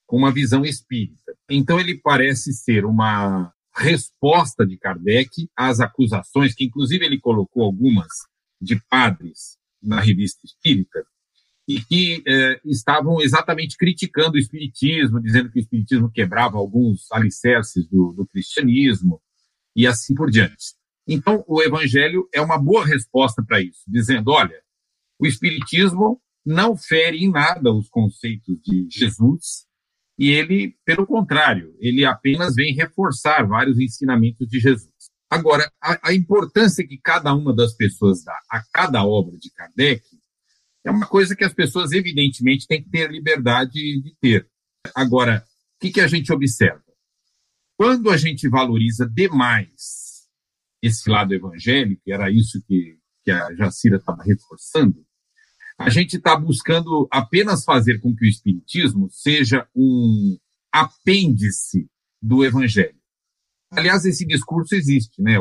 com uma visão espírita. Então, ele parece ser uma resposta de Kardec às acusações, que inclusive ele colocou algumas de padres na Revista Espírita, e que estavam exatamente criticando o espiritismo, dizendo que o espiritismo quebrava alguns alicerces do cristianismo, e assim por diante. Então, o Evangelho é uma boa resposta para isso, dizendo, olha, o espiritismo não fere em nada os conceitos de Jesus, e ele, pelo contrário, ele apenas vem reforçar vários ensinamentos de Jesus. Agora, a importância que cada uma das pessoas dá a cada obra de Kardec é uma coisa que as pessoas, evidentemente, têm que ter liberdade de ter. Agora, o que a gente observa? Quando a gente valoriza demais esse lado evangélico, era isso que a Jacira estava reforçando, a gente está buscando apenas fazer com que o espiritismo seja um apêndice do evangelho. Aliás, esse discurso existe, né?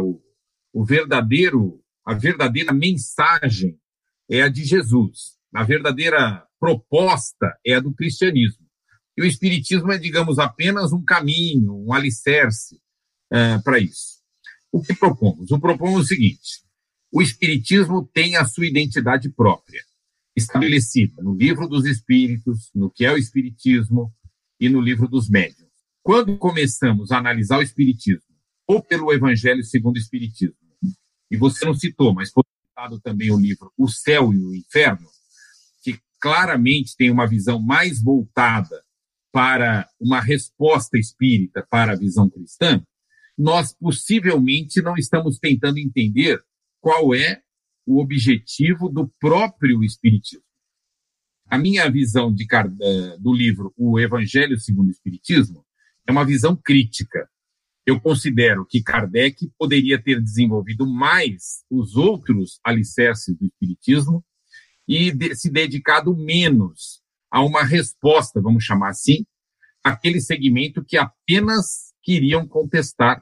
A verdadeira mensagem é a de Jesus. A verdadeira proposta é a do cristianismo. E o espiritismo é, digamos, apenas um caminho, um alicerce para isso. O que propomos? Propomos o seguinte: o espiritismo tem a sua identidade própria, estabelecida no Livro dos Espíritos, no que é o Espiritismo e no Livro dos Médiuns. Quando começamos a analisar o Espiritismo, ou pelo Evangelho segundo o Espiritismo, e você não citou, mas foi citado também o livro O Céu e o Inferno, que claramente tem uma visão mais voltada para uma resposta espírita para a visão cristã, nós possivelmente não estamos tentando entender qual é o objetivo do próprio Espiritismo. A minha visão do livro O Evangelho segundo o Espiritismo é uma visão crítica. Eu considero que Kardec poderia ter desenvolvido mais os outros alicerces do Espiritismo e se dedicado menos a uma resposta, vamos chamar assim, àquele segmento que apenas queriam contestar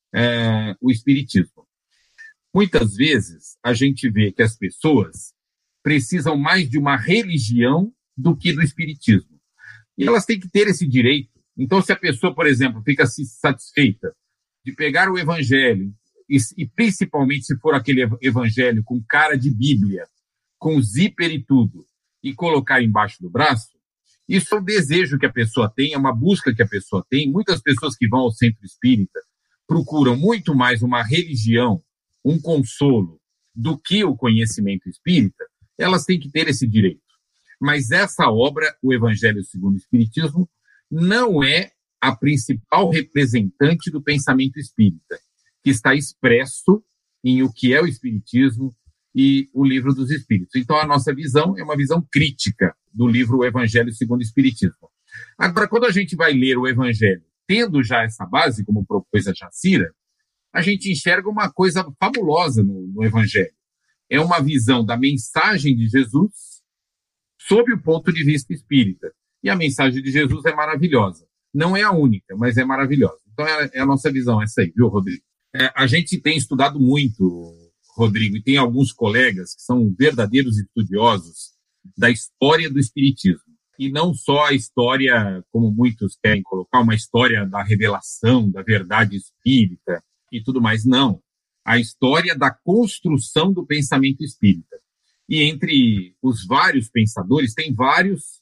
o Espiritismo. Muitas vezes, a gente vê que as pessoas precisam mais de uma religião do que do espiritismo. E elas têm que ter esse direito. Então, se a pessoa, por exemplo, fica satisfeita de pegar o evangelho, e principalmente se for aquele evangelho com cara de Bíblia, com zíper e tudo, e colocar embaixo do braço, isso é um desejo que a pessoa tem, é uma busca que a pessoa tem. Muitas pessoas que vão ao centro espírita procuram muito mais uma religião, um consolo, do que o conhecimento espírita. Elas têm que ter esse direito. Mas essa obra, o Evangelho segundo o Espiritismo, não é a principal representante do pensamento espírita, que está expresso em o que é o Espiritismo e o Livro dos Espíritos. Então, a nossa visão é uma visão crítica do livro O Evangelho segundo o Espiritismo. Agora, quando a gente vai ler o Evangelho, tendo já essa base, como propôs a Jacira, a gente enxerga uma coisa fabulosa no Evangelho. É uma visão da mensagem de Jesus sob o ponto de vista espírita. E a mensagem de Jesus é maravilhosa. Não é a única, mas é maravilhosa. Então é a nossa visão, essa aí, viu, Rodrigo? A gente tem estudado muito, Rodrigo, e tem alguns colegas que são verdadeiros estudiosos da história do espiritismo. E não só a história, como muitos querem colocar, uma história da revelação, da verdade espírita e tudo mais. Não. A história da construção do pensamento espírita. E entre os vários pensadores, tem vários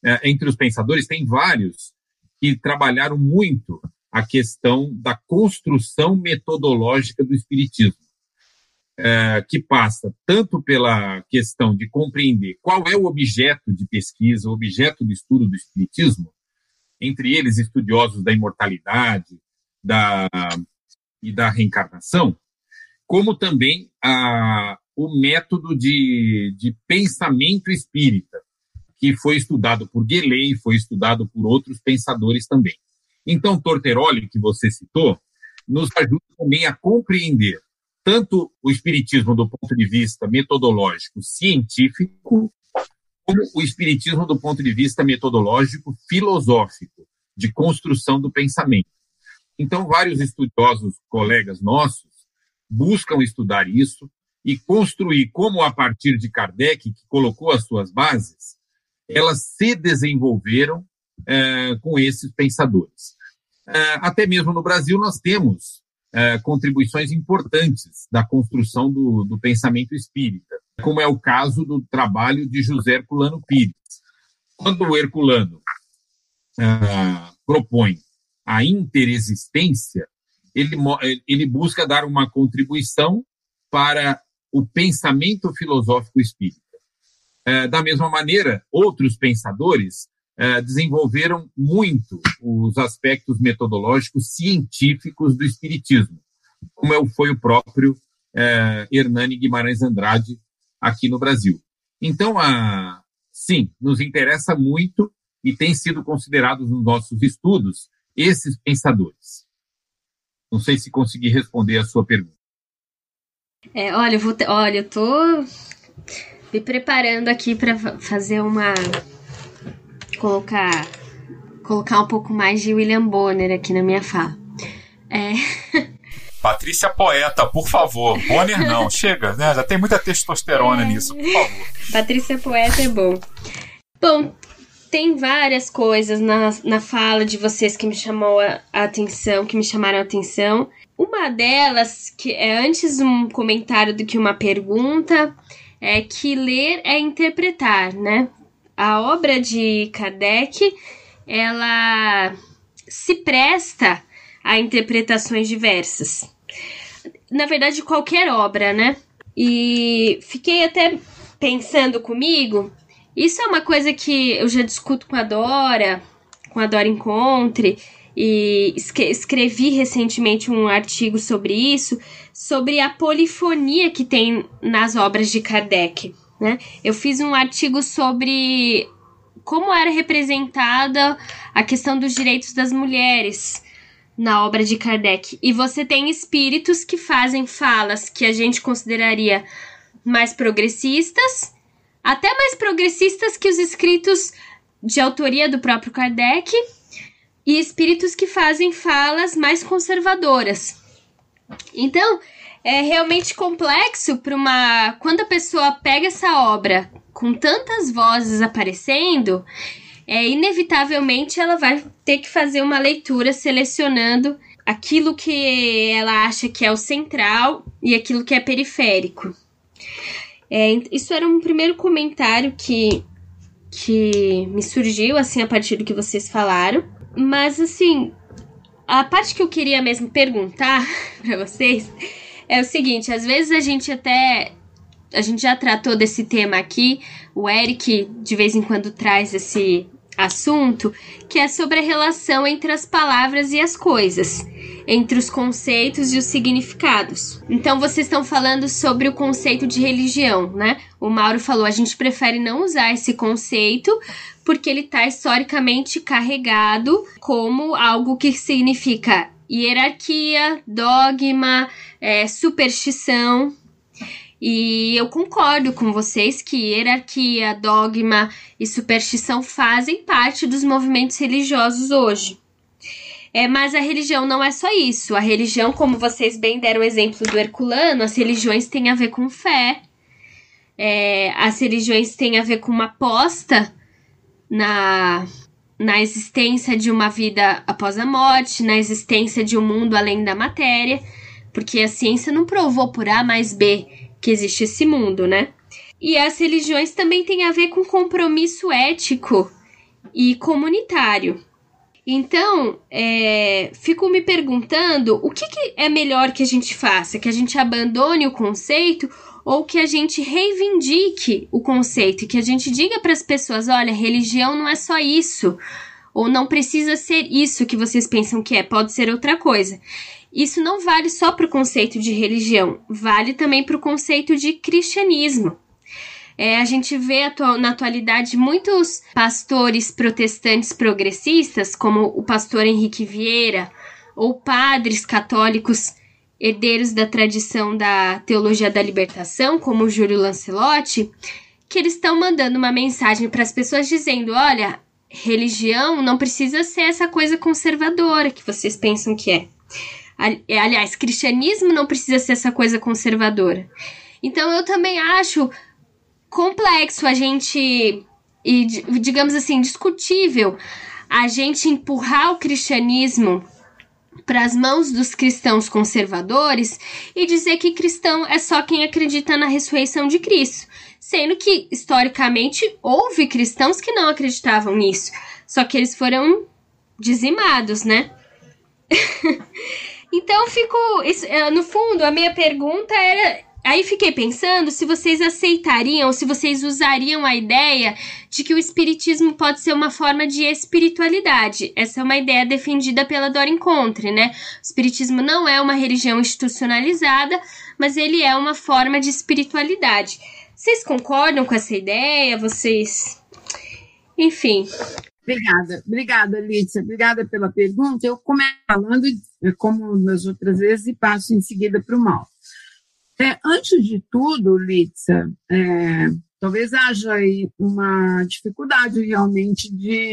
que trabalharam muito a questão da construção metodológica do espiritismo, que passa tanto pela questão de compreender qual é o objeto de pesquisa, o objeto de estudo do espiritismo, entre eles estudiosos da imortalidade e da reencarnação, como também o método de pensamento espírita, que foi estudado por Guillet, foi estudado por outros pensadores também. Então, Torteroli, que você citou, nos ajuda também a compreender tanto o espiritismo do ponto de vista metodológico científico, como o espiritismo do ponto de vista metodológico filosófico, de construção do pensamento. Então, vários estudiosos, colegas nossos, buscam estudar isso e construir como, a partir de Kardec, que colocou as suas bases, elas se desenvolveram com esses pensadores. Até mesmo no Brasil nós temos contribuições importantes da construção do pensamento espírita, como é o caso do trabalho de José Herculano Pires. Quando o Herculano propõe a interexistência, ele busca dar uma contribuição para o pensamento filosófico espírita. Da mesma maneira, outros pensadores desenvolveram muito os aspectos metodológicos científicos do espiritismo, como foi o próprio Hernani Guimarães Andrade aqui no Brasil. Então, sim, nos interessa muito e tem sido considerados nos nossos estudos esses pensadores. Não sei se consegui responder a sua pergunta. Olha, eu tô me preparando aqui para fazer colocar um pouco mais de William Bonner aqui na minha fala. Patrícia Poeta, por favor. Bonner não, chega, né? Já tem muita testosterona nisso, por favor. Patrícia Poeta é bom. Bom, tem várias coisas na fala de vocês que me chamaram a atenção. Uma delas, que é antes um comentário do que uma pergunta, é que ler é interpretar, né? A obra de Kardec, ela se presta a interpretações diversas. Na verdade, qualquer obra, né? E fiquei até pensando comigo, isso é uma coisa que eu já discuto com a Dora Encontre, e escrevi recentemente um artigo sobre isso, sobre a polifonia que tem nas obras de Kardec, né? Eu fiz um artigo sobre como era representada a questão dos direitos das mulheres na obra de Kardec. E você tem espíritos que fazem falas que a gente consideraria mais progressistas, até mais progressistas que os escritos de autoria do próprio Kardec, e espíritos que fazem falas mais conservadoras. Então, é realmente complexo quando a pessoa pega essa obra com tantas vozes aparecendo, inevitavelmente ela vai ter que fazer uma leitura selecionando aquilo que ela acha que é o central e aquilo que é periférico. Isso era um primeiro comentário que me surgiu assim a partir do que vocês falaram. Mas, assim, a parte que eu queria mesmo perguntar para vocês é o seguinte: às vezes a gente já tratou desse tema aqui, o Eric de vez em quando traz esse assunto, que é sobre a relação entre as palavras e as coisas, entre os conceitos e os significados. Então, vocês estão falando sobre o conceito de religião, né? O Mauro falou, a gente prefere não usar esse conceito porque ele está historicamente carregado como algo que significa hierarquia, dogma, superstição. E eu concordo com vocês que hierarquia, dogma e superstição fazem parte dos movimentos religiosos hoje. Mas a religião não é só isso. A religião, como vocês bem deram o exemplo do Herculano, as religiões têm a ver com fé. As religiões têm a ver com uma aposta na existência de uma vida após a morte, na existência de um mundo além da matéria, porque a ciência não provou por A mais B que existe esse mundo, né? E as religiões também têm a ver com compromisso ético e comunitário. Então, fico me perguntando o que é melhor que a gente faça, que a gente abandone o conceito ou que a gente reivindique o conceito e que a gente diga para as pessoas, olha, religião não é só isso, ou não precisa ser isso que vocês pensam que pode ser outra coisa. Isso não vale só para o conceito de religião, vale também para o conceito de cristianismo. A gente vê na atualidade muitos pastores protestantes progressistas, como o pastor Henrique Vieira, ou padres católicos herdeiros da tradição da teologia da libertação, como o Júlio Lancelotti, que eles estão mandando uma mensagem para as pessoas dizendo, olha, religião não precisa ser essa coisa conservadora que vocês pensam que é. Aliás, cristianismo não precisa ser essa coisa conservadora. Então, eu também acho complexo a gente, e digamos assim, discutível a gente empurrar o cristianismo para as mãos dos cristãos conservadores e dizer que cristão é só quem acredita na ressurreição de Cristo, sendo que, historicamente, houve cristãos que não acreditavam nisso, só que eles foram dizimados, né? Então, no fundo, a minha pergunta era... Aí fiquei pensando se vocês aceitariam, se vocês usariam a ideia de que o espiritismo pode ser uma forma de espiritualidade. Essa é uma ideia defendida pela Dora Encontre, né? O espiritismo não é uma religião institucionalizada, mas ele é uma forma de espiritualidade. Vocês concordam com essa ideia? Vocês... Enfim... Obrigada, Lídia. Obrigada pela pergunta. Eu começo falando, como nas outras vezes, e passo em seguida para o Mauro. Antes de tudo, Lídia, talvez haja aí uma dificuldade realmente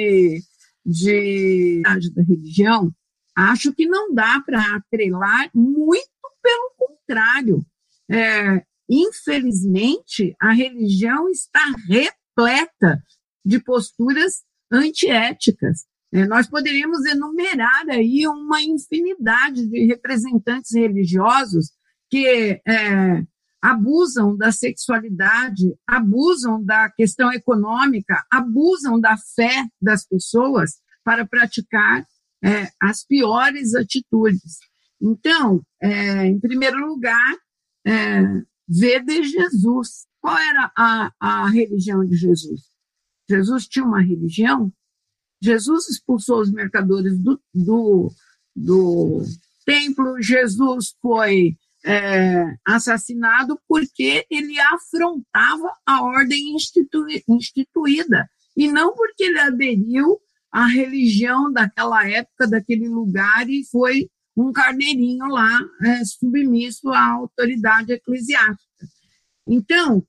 da religião. Acho que não dá para atrelar, muito pelo contrário. Infelizmente, a religião está repleta de posturas antiéticas. Nós poderíamos enumerar aí uma infinidade de representantes religiosos que abusam da sexualidade, abusam da questão econômica, abusam da fé das pessoas para praticar as piores atitudes. Então, em primeiro lugar, vede Jesus. Qual era a religião de Jesus? Jesus tinha uma religião. Jesus expulsou os mercadores do templo. Jesus foi assassinado porque ele afrontava a ordem instituída, e não porque ele aderiu à religião daquela época, daquele lugar, e foi um carneirinho lá submisso à autoridade eclesiástica. Então,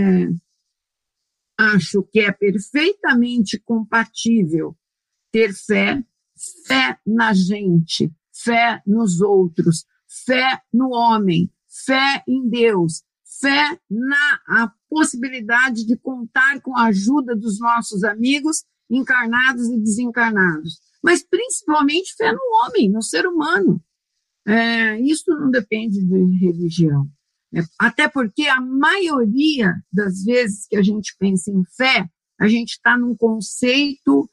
acho que é perfeitamente compatível ter fé na gente, fé nos outros, fé no homem, fé em Deus, fé na possibilidade de contar com a ajuda dos nossos amigos encarnados e desencarnados, mas principalmente fé no homem, no ser humano. Isso não depende de religião. Até porque a maioria das vezes que a gente pensa em fé, a gente está num conceito,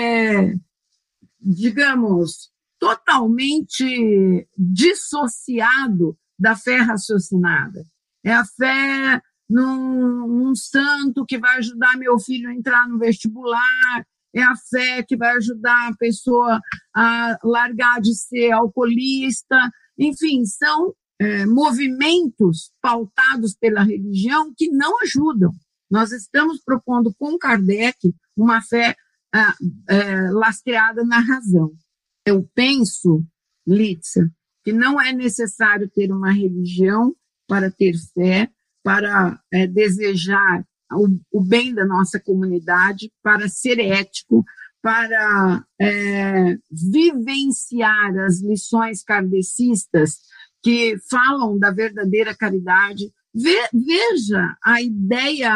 digamos, totalmente dissociado da fé raciocinada. É a fé num santo que vai ajudar meu filho a entrar no vestibular, é a fé que vai ajudar a pessoa a largar de ser alcoolista. Enfim, são movimentos pautados pela religião que não ajudam. Nós estamos propondo com Kardec uma fé lastreada na razão. Eu penso, Lídia, que não é necessário ter uma religião para ter fé, para desejar o bem da nossa comunidade, para ser ético, para vivenciar as lições kardecistas que falam da verdadeira caridade. Veja a ideia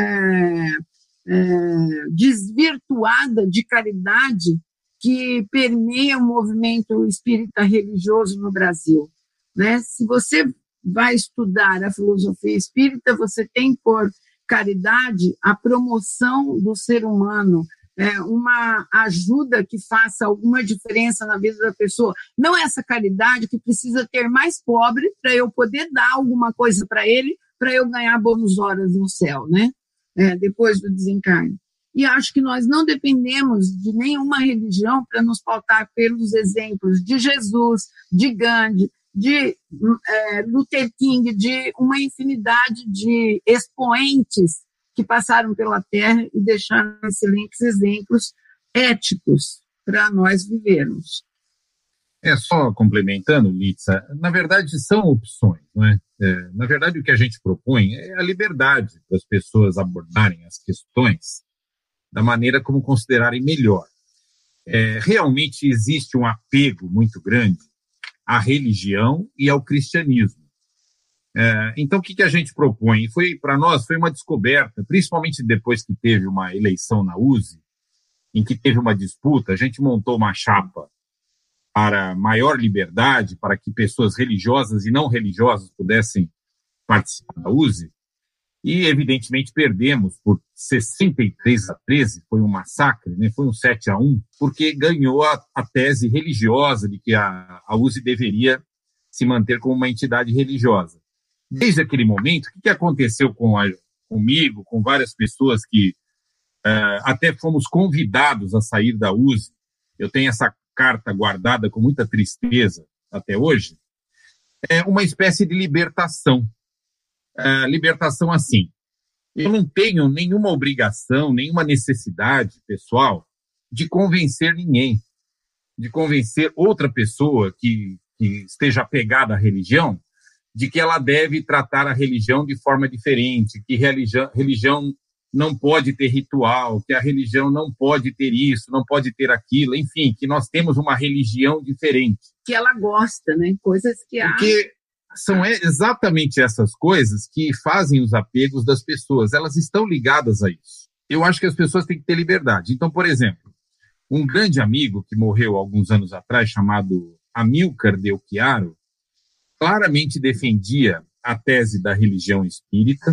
desvirtuada de caridade que permeia o movimento espírita religioso no Brasil, né? Se você vai estudar a filosofia espírita, você tem por caridade a promoção do ser humano, uma ajuda que faça alguma diferença na vida da pessoa. Não é essa caridade que precisa ter mais pobre para eu poder dar alguma coisa para ele, para eu ganhar bônus horas no céu, né? Depois do desencarne. E acho que nós não dependemos de nenhuma religião para nos pautar pelos exemplos de Jesus, de Gandhi, de Luther King, de uma infinidade de expoentes que passaram pela Terra e deixaram excelentes exemplos éticos para nós vivermos. Só complementando, Lídia, na verdade são opções, não é? Na verdade o que a gente propõe é a liberdade para as pessoas abordarem as questões da maneira como considerarem melhor. Realmente existe um apego muito grande à religião e ao cristianismo. Então, o que a gente propõe? Para nós, foi uma descoberta, principalmente depois que teve uma eleição na USE, em que teve uma disputa, a gente montou uma chapa para maior liberdade, para que pessoas religiosas e não religiosas pudessem participar da USE, e evidentemente perdemos por 63-13, foi um massacre, né? Foi um 7-1, porque ganhou a tese religiosa de que a USE deveria se manter como uma entidade religiosa. Desde aquele momento, o que aconteceu comigo, com várias pessoas que até fomos convidados a sair da USE? Eu tenho essa carta guardada com muita tristeza até hoje. É uma espécie de libertação. Libertação assim. Eu não tenho nenhuma obrigação, nenhuma necessidade pessoal de convencer ninguém, de convencer outra pessoa que esteja apegada à religião de que ela deve tratar a religião de forma diferente, que religião não pode ter ritual, que a religião não pode ter isso, não pode ter aquilo, enfim, que nós temos uma religião diferente. Que ela gosta, né? Coisas que Porque são exatamente essas coisas que fazem os apegos das pessoas. Elas estão ligadas a isso. Eu acho que as pessoas têm que ter liberdade. Então, por exemplo, um grande amigo que morreu alguns anos atrás, chamado Amílcar Del Chiaro, claramente defendia a tese da religião espírita.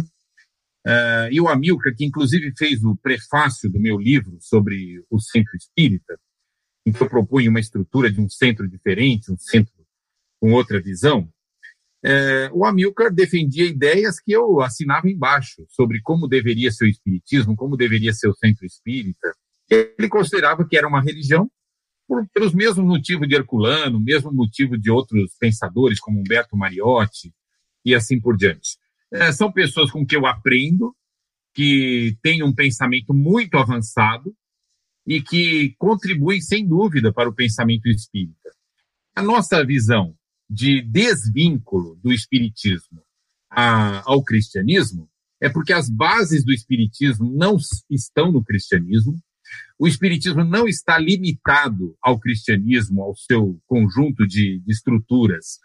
E o Amílcar, que inclusive fez o prefácio do meu livro sobre o centro espírita, em que eu propunho uma estrutura de um centro diferente, um centro com outra visão, o Amílcar defendia ideias que eu assinava embaixo, sobre como deveria ser o espiritismo, como deveria ser o centro espírita. Ele considerava que era uma religião pelos mesmos motivos de Herculano, mesmo motivo de outros pensadores, como Humberto Mariotti, e assim por diante. São pessoas com que eu aprendo, que têm um pensamento muito avançado e que contribuem, sem dúvida, para o pensamento espírita. A nossa visão de desvínculo do espiritismo ao cristianismo é porque as bases do espiritismo não estão no cristianismo. O espiritismo não está limitado ao cristianismo, ao seu conjunto de estruturas,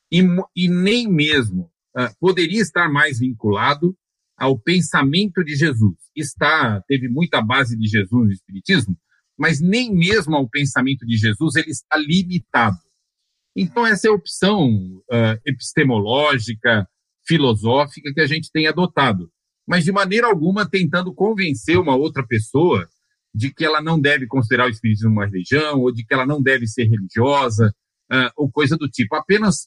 e nem mesmo poderia estar mais vinculado ao pensamento de Jesus. Teve muita base de Jesus no espiritismo, mas nem mesmo ao pensamento de Jesus ele está limitado. Então essa é a opção epistemológica, filosófica que a gente tem adotado, mas de maneira alguma tentando convencer uma outra pessoa de que ela não deve considerar o espiritismo uma religião, ou de que ela não deve ser religiosa, ou coisa do tipo. Apenas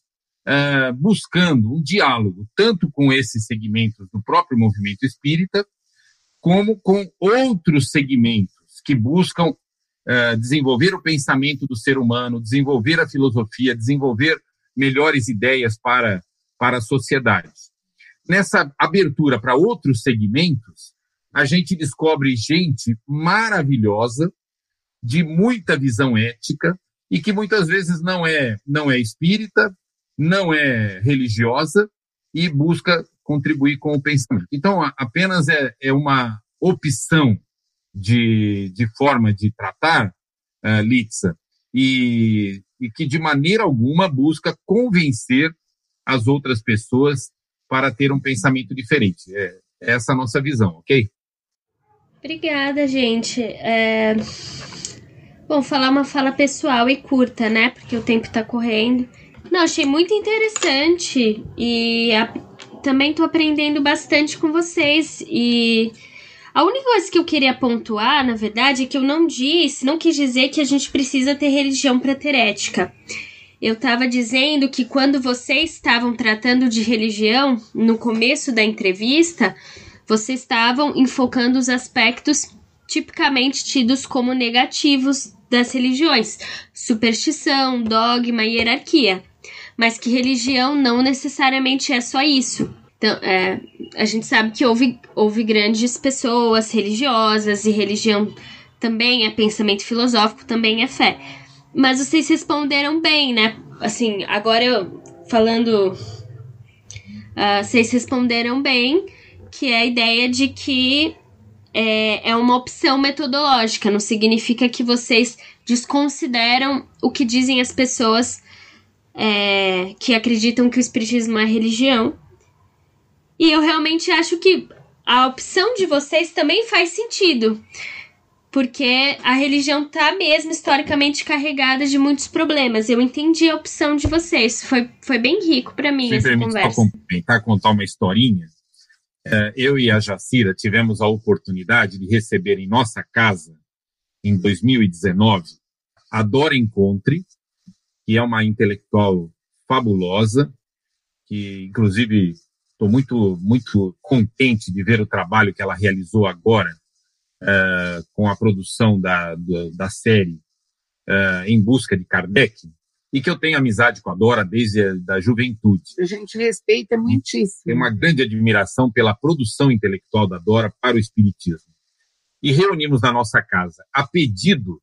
buscando um diálogo, tanto com esses segmentos do próprio movimento espírita, como com outros segmentos que buscam desenvolver o pensamento do ser humano, desenvolver a filosofia, desenvolver melhores ideias para a sociedade. Nessa abertura para outros segmentos, a gente descobre gente maravilhosa, de muita visão ética, e que muitas vezes não é espírita, não é religiosa, e busca contribuir com o pensamento. Então, apenas é uma opção de forma de tratar, Litsa, e que de maneira alguma busca convencer as outras pessoas para ter um pensamento diferente. É essa a nossa visão, ok? Obrigada, gente. Bom, falar uma fala pessoal e curta, né? Porque o tempo tá correndo. Não, achei muito interessante e também tô aprendendo bastante com vocês. E a única coisa que eu queria pontuar, na verdade, é que eu não quis dizer que a gente precisa ter religião para ter ética. Eu tava dizendo que quando vocês estavam tratando de religião, no começo da entrevista, vocês estavam enfocando os aspectos tipicamente tidos como negativos das religiões, superstição, dogma e hierarquia, mas que religião não necessariamente é só isso. Então, a gente sabe que houve grandes pessoas religiosas, e religião também é pensamento filosófico, também é fé. Mas vocês responderam bem, né? Assim, agora eu falando, vocês responderam bem, que é a ideia de que é uma opção metodológica, não significa que vocês desconsideram o que dizem as pessoas que acreditam que o espiritismo é religião. E eu realmente acho que a opção de vocês também faz sentido, porque a religião está mesmo historicamente carregada de muitos problemas. Eu entendi a opção de vocês. Foi bem rico para mim essa conversa. Só contar uma historinha. Eu e a Jacira tivemos a oportunidade de receber em nossa casa, em 2019, a Dora Encontre, que é uma intelectual fabulosa, que, inclusive, estou muito, muito contente de ver o trabalho que ela realizou agora, com a produção da série Em Busca de Kardec, e que eu tenho amizade com a Dora desde a juventude. A gente respeita muitíssimo. Tem uma grande admiração pela produção intelectual da Dora para o Espiritismo. E reunimos na nossa casa, a pedido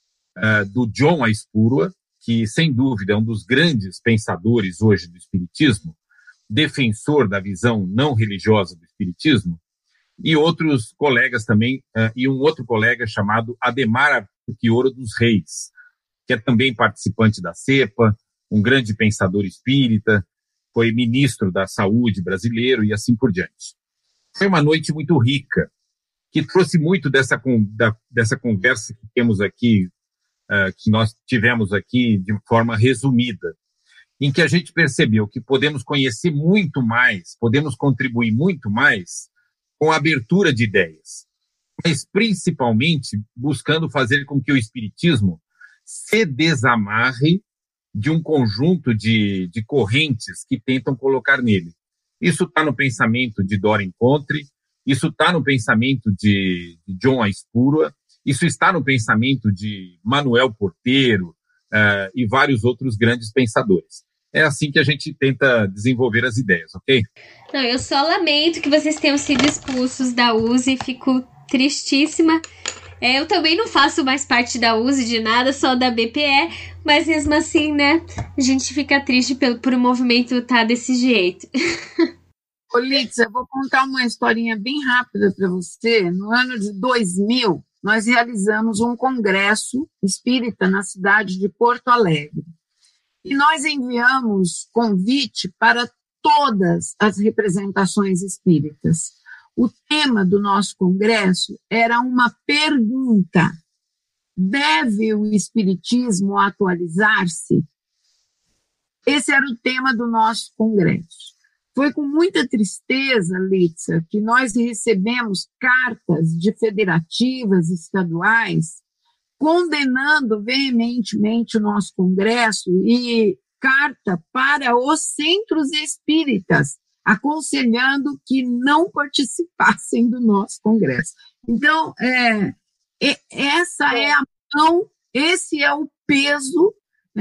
do John Aispurua, que, sem dúvida, é um dos grandes pensadores hoje do Espiritismo, defensor da visão não religiosa do Espiritismo, e outros colegas também, e um outro colega chamado Ademar Arquioro dos Reis, que é também participante da CEPA, um grande pensador espírita, foi ministro da Saúde brasileiro e assim por diante. Foi uma noite muito rica, que trouxe muito dessa conversa que temos aqui, que nós tivemos aqui de forma resumida, em que a gente percebeu que podemos conhecer muito mais, podemos contribuir muito mais com a abertura de ideias, mas principalmente buscando fazer com que o Espiritismo se desamarre de um conjunto de correntes que tentam colocar nele. Isso está no pensamento de Dora Encontre, isso está no pensamento de John Aispurua, isso está no pensamento de Manuel Porteiro e vários outros grandes pensadores. É assim que a gente tenta desenvolver as ideias, ok? Não, eu só lamento que vocês tenham sido expulsos da USE, fico tristíssima. Eu também não faço mais parte da USE de nada, só da BPE, mas mesmo assim, né, a gente fica triste por o movimento estar desse jeito. Ô, Litz, eu vou contar uma historinha bem rápida para você. No ano de 2000, nós realizamos um congresso espírita na cidade de Porto Alegre. E nós enviamos convite para todas as representações espíritas. O tema do nosso congresso era uma pergunta: deve o espiritismo atualizar-se? Esse era o tema do nosso congresso. Foi com muita tristeza, Litza, que nós recebemos cartas de federativas estaduais condenando veementemente o nosso congresso e carta para os centros espíritas, aconselhando que não participassem do nosso congresso. Então, essa é a mão, esse é o peso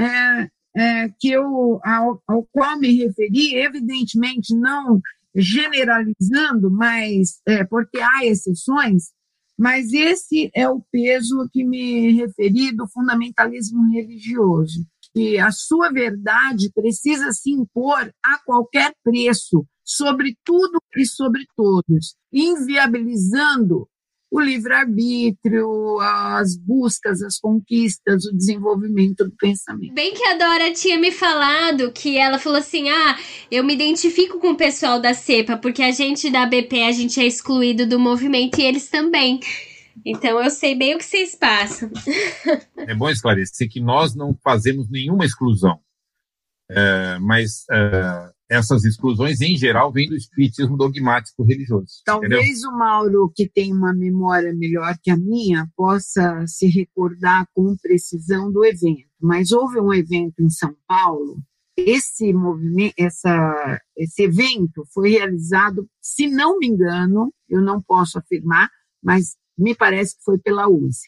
ao qual me referi, evidentemente não generalizando, mas porque há exceções, mas esse é o peso que me referi do fundamentalismo religioso, que a sua verdade precisa se impor a qualquer preço, sobre tudo e sobre todos, inviabilizando o livre-arbítrio, as buscas, as conquistas, o desenvolvimento do pensamento. Bem que a Dora tinha me falado que ela falou assim, eu me identifico com o pessoal da CEPA, porque a gente da BP, a gente é excluído do movimento e eles também. Então eu sei bem o que vocês passam. É bom esclarecer que nós não fazemos nenhuma exclusão, mas essas exclusões, em geral, vêm do espiritismo dogmático religioso. Talvez entendeu? O Mauro, que tem uma memória melhor que a minha, possa se recordar com precisão do evento. Mas houve um evento em São Paulo. Esse movimento, esse evento foi realizado, se não me engano, eu não posso afirmar, mas me parece que foi pela USE.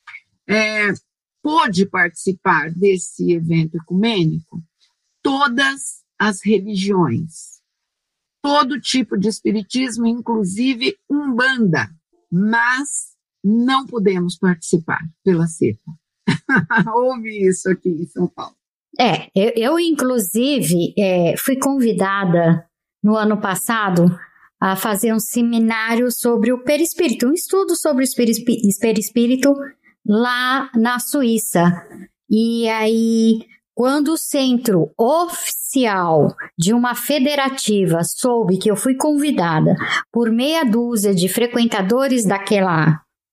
Pôde participar desse evento ecumênico todas as religiões, todo tipo de espiritismo, inclusive Umbanda, mas não podemos participar pela CEPA. Houve isso aqui em São Paulo. Eu inclusive, fui convidada no ano passado a fazer um seminário sobre o perispírito, um estudo sobre o perispírito lá na Suíça. E aí, quando o centro oficial de uma federativa soube que eu fui convidada por meia dúzia de frequentadores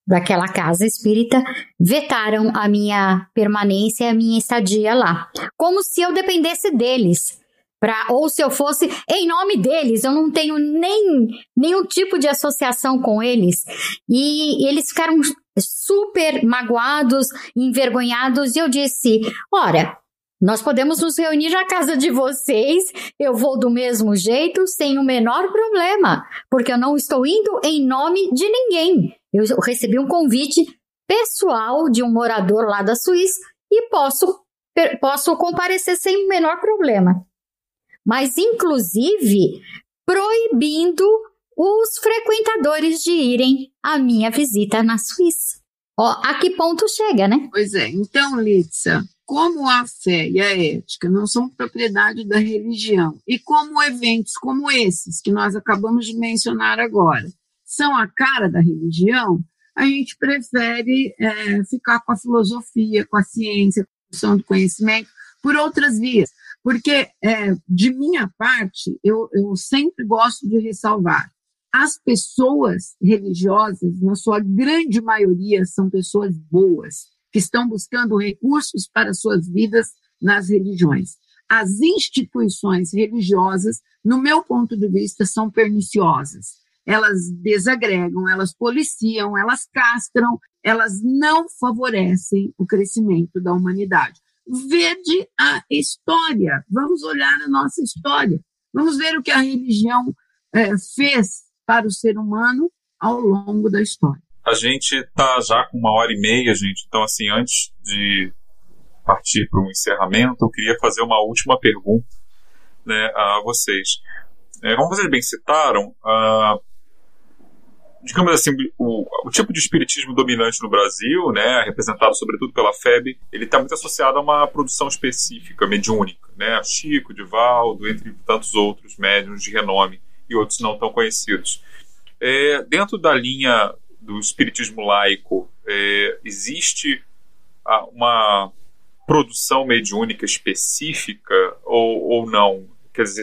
daquela casa espírita vetaram a minha permanência e a minha estadia lá. Como se eu dependesse deles. Ou se eu fosse em nome deles, eu não tenho nenhum tipo de associação com eles. E eles ficaram super magoados, envergonhados, e eu disse, ora, nós podemos nos reunir na casa de vocês, eu vou do mesmo jeito, sem o menor problema, porque eu não estou indo em nome de ninguém. Eu recebi um convite pessoal de um morador lá da Suíça e posso comparecer sem o menor problema. Mas, inclusive, proibindo os frequentadores de irem à minha visita na Suíça. Ó, a que ponto chega, né? Pois é. Então, Lídia, como a fé e a ética não são propriedade da religião, e como eventos como esses que nós acabamos de mencionar agora são a cara da religião, a gente prefere ficar com a filosofia, com a ciência, com a produção do conhecimento, por outras vias. Porque, de minha parte, eu sempre gosto de ressalvar, as pessoas religiosas, na sua grande maioria, são pessoas boas, que estão buscando recursos para suas vidas nas religiões. As instituições religiosas, no meu ponto de vista, são perniciosas. Elas desagregam, elas policiam, elas castram, elas não favorecem o crescimento da humanidade. Vede a história, vamos olhar a nossa história, vamos ver o que a religião fez para o ser humano ao longo da história. A gente está já com 1h30, gente, então assim, antes de partir para o encerramento, eu queria fazer uma última pergunta, né, a vocês. Como vocês bem citaram, digamos assim, o tipo de espiritismo dominante no Brasil, né, representado sobretudo pela FEB, ele está muito associado a uma produção específica, mediúnica, né, Chico, Divaldo, entre tantos outros médiuns de renome e outros não tão conhecidos. Dentro da linha do espiritismo laico, existe uma produção mediúnica específica ou não? Quer dizer,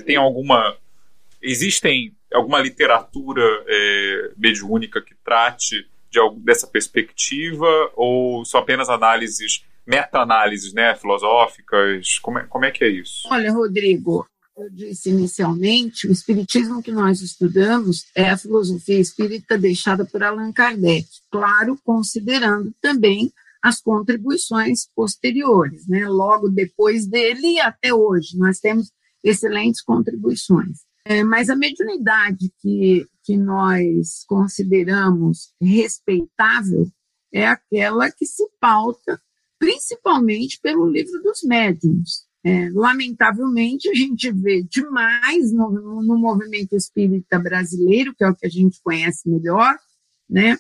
existem alguma literatura mediúnica que trate dessa perspectiva, ou são apenas análises, meta-análises, né, filosóficas? Como é que é isso? Olha, Rodrigo, eu disse inicialmente, o espiritismo que nós estudamos é a filosofia espírita deixada por Allan Kardec, claro, considerando também as contribuições posteriores, né? Logo depois dele e até hoje, nós temos excelentes contribuições. Mas a mediunidade que nós consideramos respeitável é aquela que se pauta principalmente pelo livro dos médiuns. Lamentavelmente, a gente vê demais no movimento espírita brasileiro, que é o que a gente conhece melhor, né?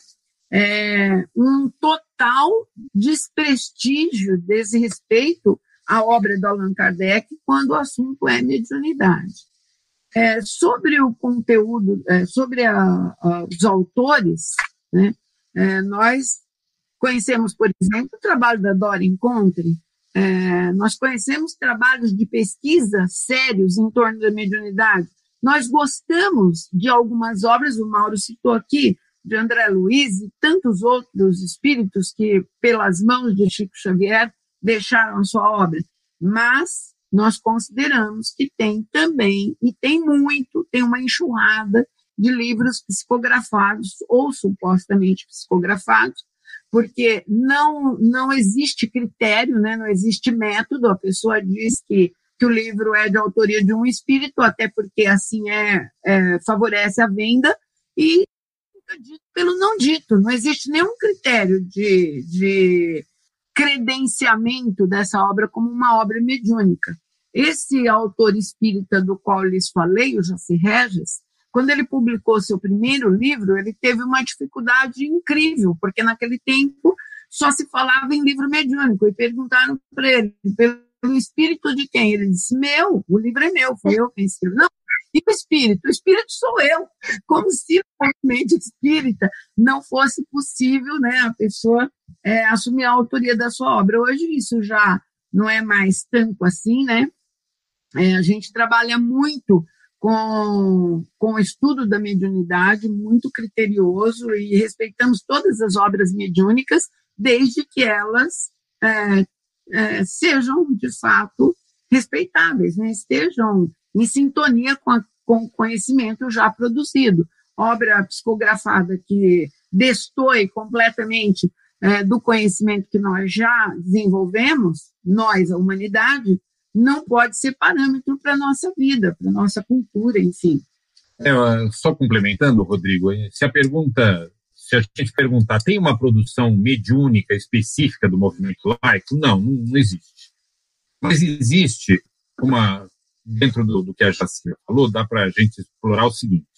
Um total desprestígio, desrespeito à obra do Allan Kardec quando o assunto é mediunidade. Sobre o conteúdo, sobre os autores, né, nós conhecemos, por exemplo, o trabalho da Doreen Contrey, nós conhecemos trabalhos de pesquisa sérios em torno da mediunidade. Nós gostamos de algumas obras, o Mauro citou aqui, de André Luiz e tantos outros espíritos que, pelas mãos de Chico Xavier, deixaram a sua obra. Mas nós consideramos que tem também, e tem uma enxurrada de livros psicografados ou supostamente psicografados, porque não existe critério, né, não existe método, a pessoa diz que o livro é de autoria de um espírito, até porque assim favorece a venda, e dito pelo não dito, não existe nenhum critério de credenciamento dessa obra como uma obra mediúnica. Esse autor espírita do qual lhes falei, o Jaci Regis, quando ele publicou seu primeiro livro, ele teve uma dificuldade incrível, porque naquele tempo só se falava em livro mediúnico, e perguntaram para ele, pelo espírito de quem? Ele disse, o livro é meu, foi eu quem escreveu. Não, e o espírito sou eu, como se no movimento espírita não fosse possível, né, a pessoa assumir a autoria da sua obra. Hoje isso já não é mais tanto assim, né? A gente trabalha muito com o estudo da mediunidade, muito criterioso, e respeitamos todas as obras mediúnicas, desde que elas sejam, de fato, respeitáveis, né? Estejam em sintonia com o conhecimento já produzido. Obra psicografada que destoe completamente do conhecimento que nós já desenvolvemos, nós, a humanidade, não pode ser parâmetro para a nossa vida, para a nossa cultura, enfim. Só complementando, Rodrigo, se a gente perguntar, tem uma produção mediúnica específica do movimento laico? Não existe. Mas existe dentro do que a Jacira falou, dá para a gente explorar o seguinte: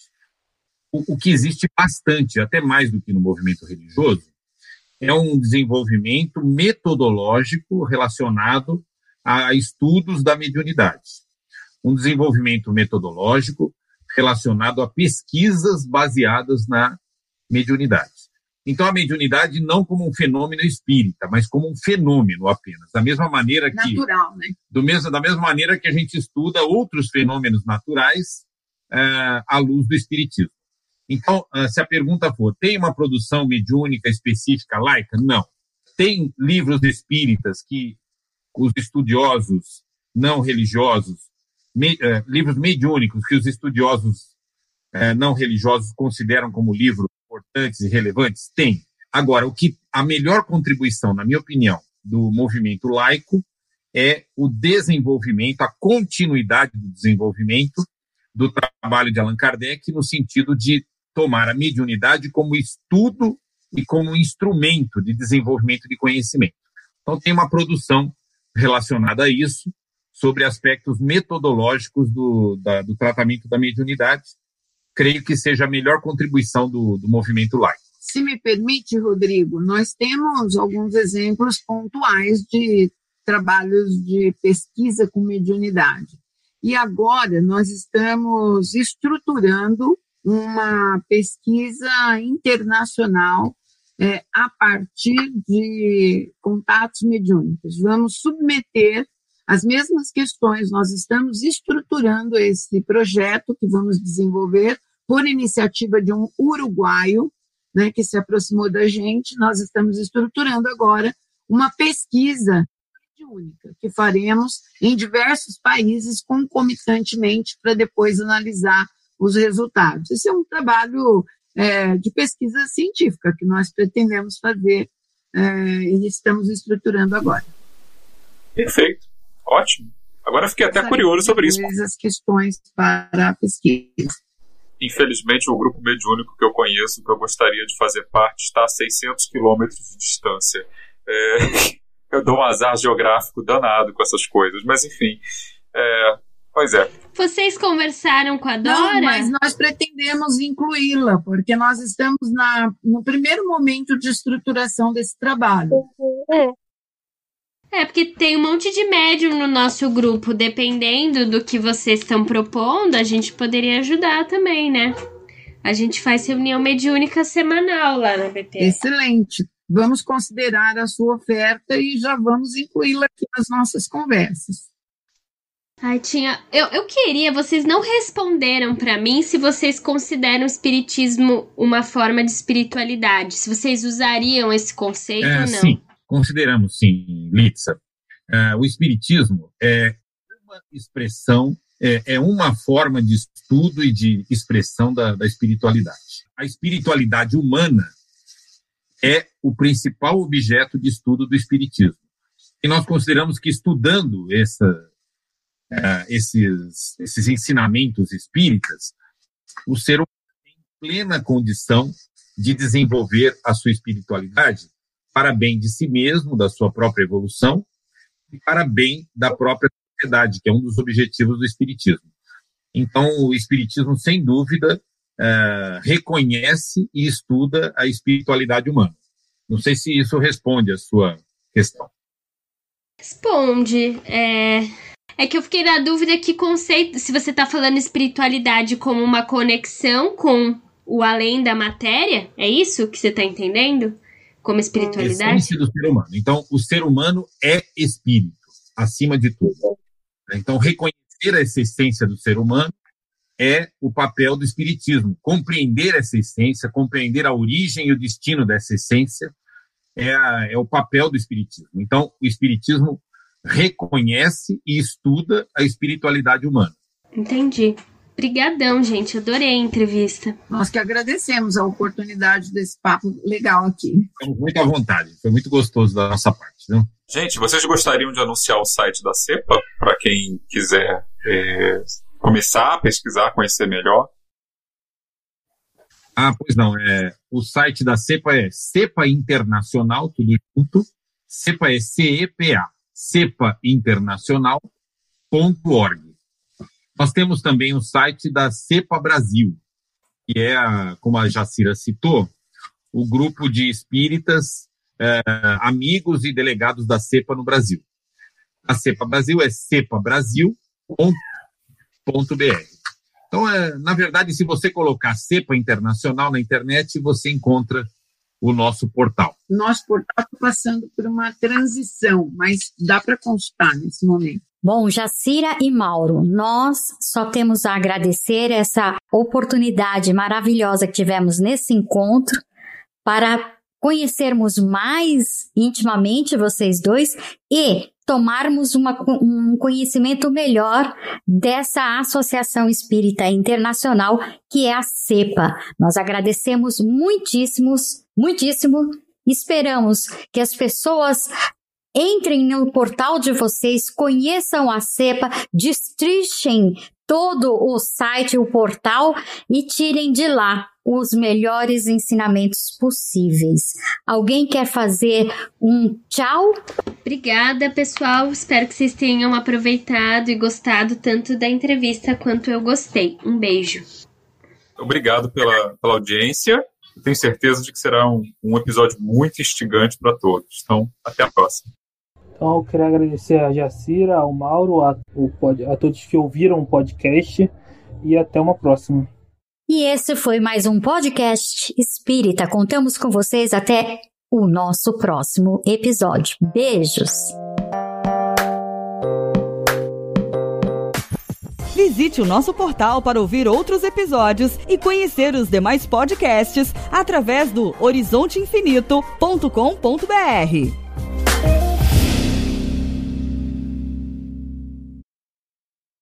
o que existe bastante, até mais do que no movimento religioso, é um desenvolvimento metodológico relacionado a estudos da mediunidade. Um desenvolvimento metodológico relacionado a pesquisas baseadas na mediunidade. Então, a mediunidade não como um fenômeno espírita, mas como um fenômeno apenas. Da mesma maneira que... Natural, né? Da mesma maneira que a gente estuda outros fenômenos naturais à luz do espiritismo. Então, se a pergunta for, tem uma produção mediúnica específica laica? Não. Tem livros espíritas que os estudiosos não religiosos, livros mediúnicos que os estudiosos não religiosos consideram como livros importantes e relevantes? Tem. Agora, a melhor contribuição, na minha opinião, do movimento laico é o desenvolvimento, a continuidade do desenvolvimento do trabalho de Allan Kardec, no sentido de tomar a mediunidade como estudo e como instrumento de desenvolvimento de conhecimento. Então, tem uma produção relacionada a isso, sobre aspectos metodológicos do tratamento da mediunidade. Creio que seja a melhor contribuição do movimento laico. Se me permite, Rodrigo, nós temos alguns exemplos pontuais de trabalhos de pesquisa com mediunidade. E agora nós estamos estruturando uma pesquisa internacional a partir de contatos mediúnicos. Vamos submeter as mesmas questões, nós estamos estruturando esse projeto que vamos desenvolver por iniciativa de um uruguaio, né, que se aproximou da gente. Nós estamos estruturando agora uma pesquisa mediúnica que faremos em diversos países concomitantemente para depois analisar os resultados. Esse é um trabalho de pesquisa científica que nós pretendemos fazer e estamos estruturando agora. Perfeito, ótimo. Agora fiquei até curioso sobre isso. As questões para a pesquisa. Infelizmente, o grupo mediúnico que eu conheço, que eu gostaria de fazer parte, está a 600 quilômetros de distância. Eu dou um azar geográfico danado com essas coisas, mas enfim... Pois é. Vocês conversaram com a Dora? Não, mas nós pretendemos incluí-la, porque nós estamos no primeiro momento de estruturação desse trabalho. Porque tem um monte de médium no nosso grupo. Dependendo do que vocês estão propondo, a gente poderia ajudar também, né? A gente faz reunião mediúnica semanal lá na VT. Excelente. Vamos considerar a sua oferta e já vamos incluí-la aqui nas nossas conversas. Eu queria, vocês não responderam para mim se vocês consideram o espiritismo uma forma de espiritualidade, se vocês usariam esse conceito ou não. Sim, consideramos sim, Litsa. O espiritismo é uma expressão, é uma forma de estudo e de expressão da espiritualidade. A espiritualidade humana é o principal objeto de estudo do espiritismo. E nós consideramos que estudando esses ensinamentos espíritas, o ser humano tem plena condição de desenvolver a sua espiritualidade para bem de si mesmo, da sua própria evolução, e para bem da própria sociedade, que é um dos objetivos do espiritismo. Então, o espiritismo, sem dúvida, reconhece e estuda a espiritualidade humana. Não sei se isso responde a sua questão. Responde. É que eu fiquei na dúvida que conceito, se você está falando espiritualidade como uma conexão com o além da matéria, é isso que você está entendendo? Como espiritualidade? A essência do ser humano. Então, o ser humano é espírito, acima de tudo. Então, reconhecer essa essência do ser humano é o papel do espiritismo. Compreender essa essência, compreender a origem e o destino dessa essência é o papel do espiritismo. Então, o espiritismo reconhece e estuda a espiritualidade humana. Entendi. Obrigadão, gente. Adorei a entrevista. Nós que agradecemos a oportunidade desse papo legal aqui. Estamos muito à vontade. Foi muito gostoso da nossa parte, viu? Gente, vocês gostariam de anunciar o site da CEPA para quem quiser começar a pesquisar, conhecer melhor? Pois não. O site da CEPA é CEPA Internacional, tudo junto. CEPA é CEPA. cepainternacional.org. Nós temos também o site da CEPA Brasil, que é, como a Jacira citou, o grupo de espíritas, amigos e delegados da CEPA no Brasil. A CEPA Brasil é cepabrasil.br. Então, na verdade, se você colocar CEPA Internacional na internet, você encontra o nosso portal. Nosso portal está passando por uma transição, mas dá para consultar nesse momento. Bom, Jacira e Mauro, nós só temos a agradecer essa oportunidade maravilhosa que tivemos nesse encontro para conhecermos mais intimamente vocês dois e tomarmos um conhecimento melhor dessa Associação Espírita Internacional, que é a CEPA. Nós agradecemos muitíssimo. Esperamos que as pessoas entrem no portal de vocês, conheçam a CEPA, destrichem todo o site, o portal e tirem de lá os melhores ensinamentos possíveis. Alguém quer fazer um tchau? Obrigada, pessoal. Espero que vocês tenham aproveitado e gostado tanto da entrevista quanto eu gostei. Um beijo. Obrigado pela audiência. Eu tenho certeza de que será um episódio muito instigante para todos. Então, até a próxima. Então, eu quero agradecer a Jacira, ao Mauro, a todos que ouviram o podcast e até uma próxima. E esse foi mais um podcast espírita. Contamos com vocês até o nosso próximo episódio. Beijos! Visite o nosso portal para ouvir outros episódios e conhecer os demais podcasts através do horizonteinfinito.com.br.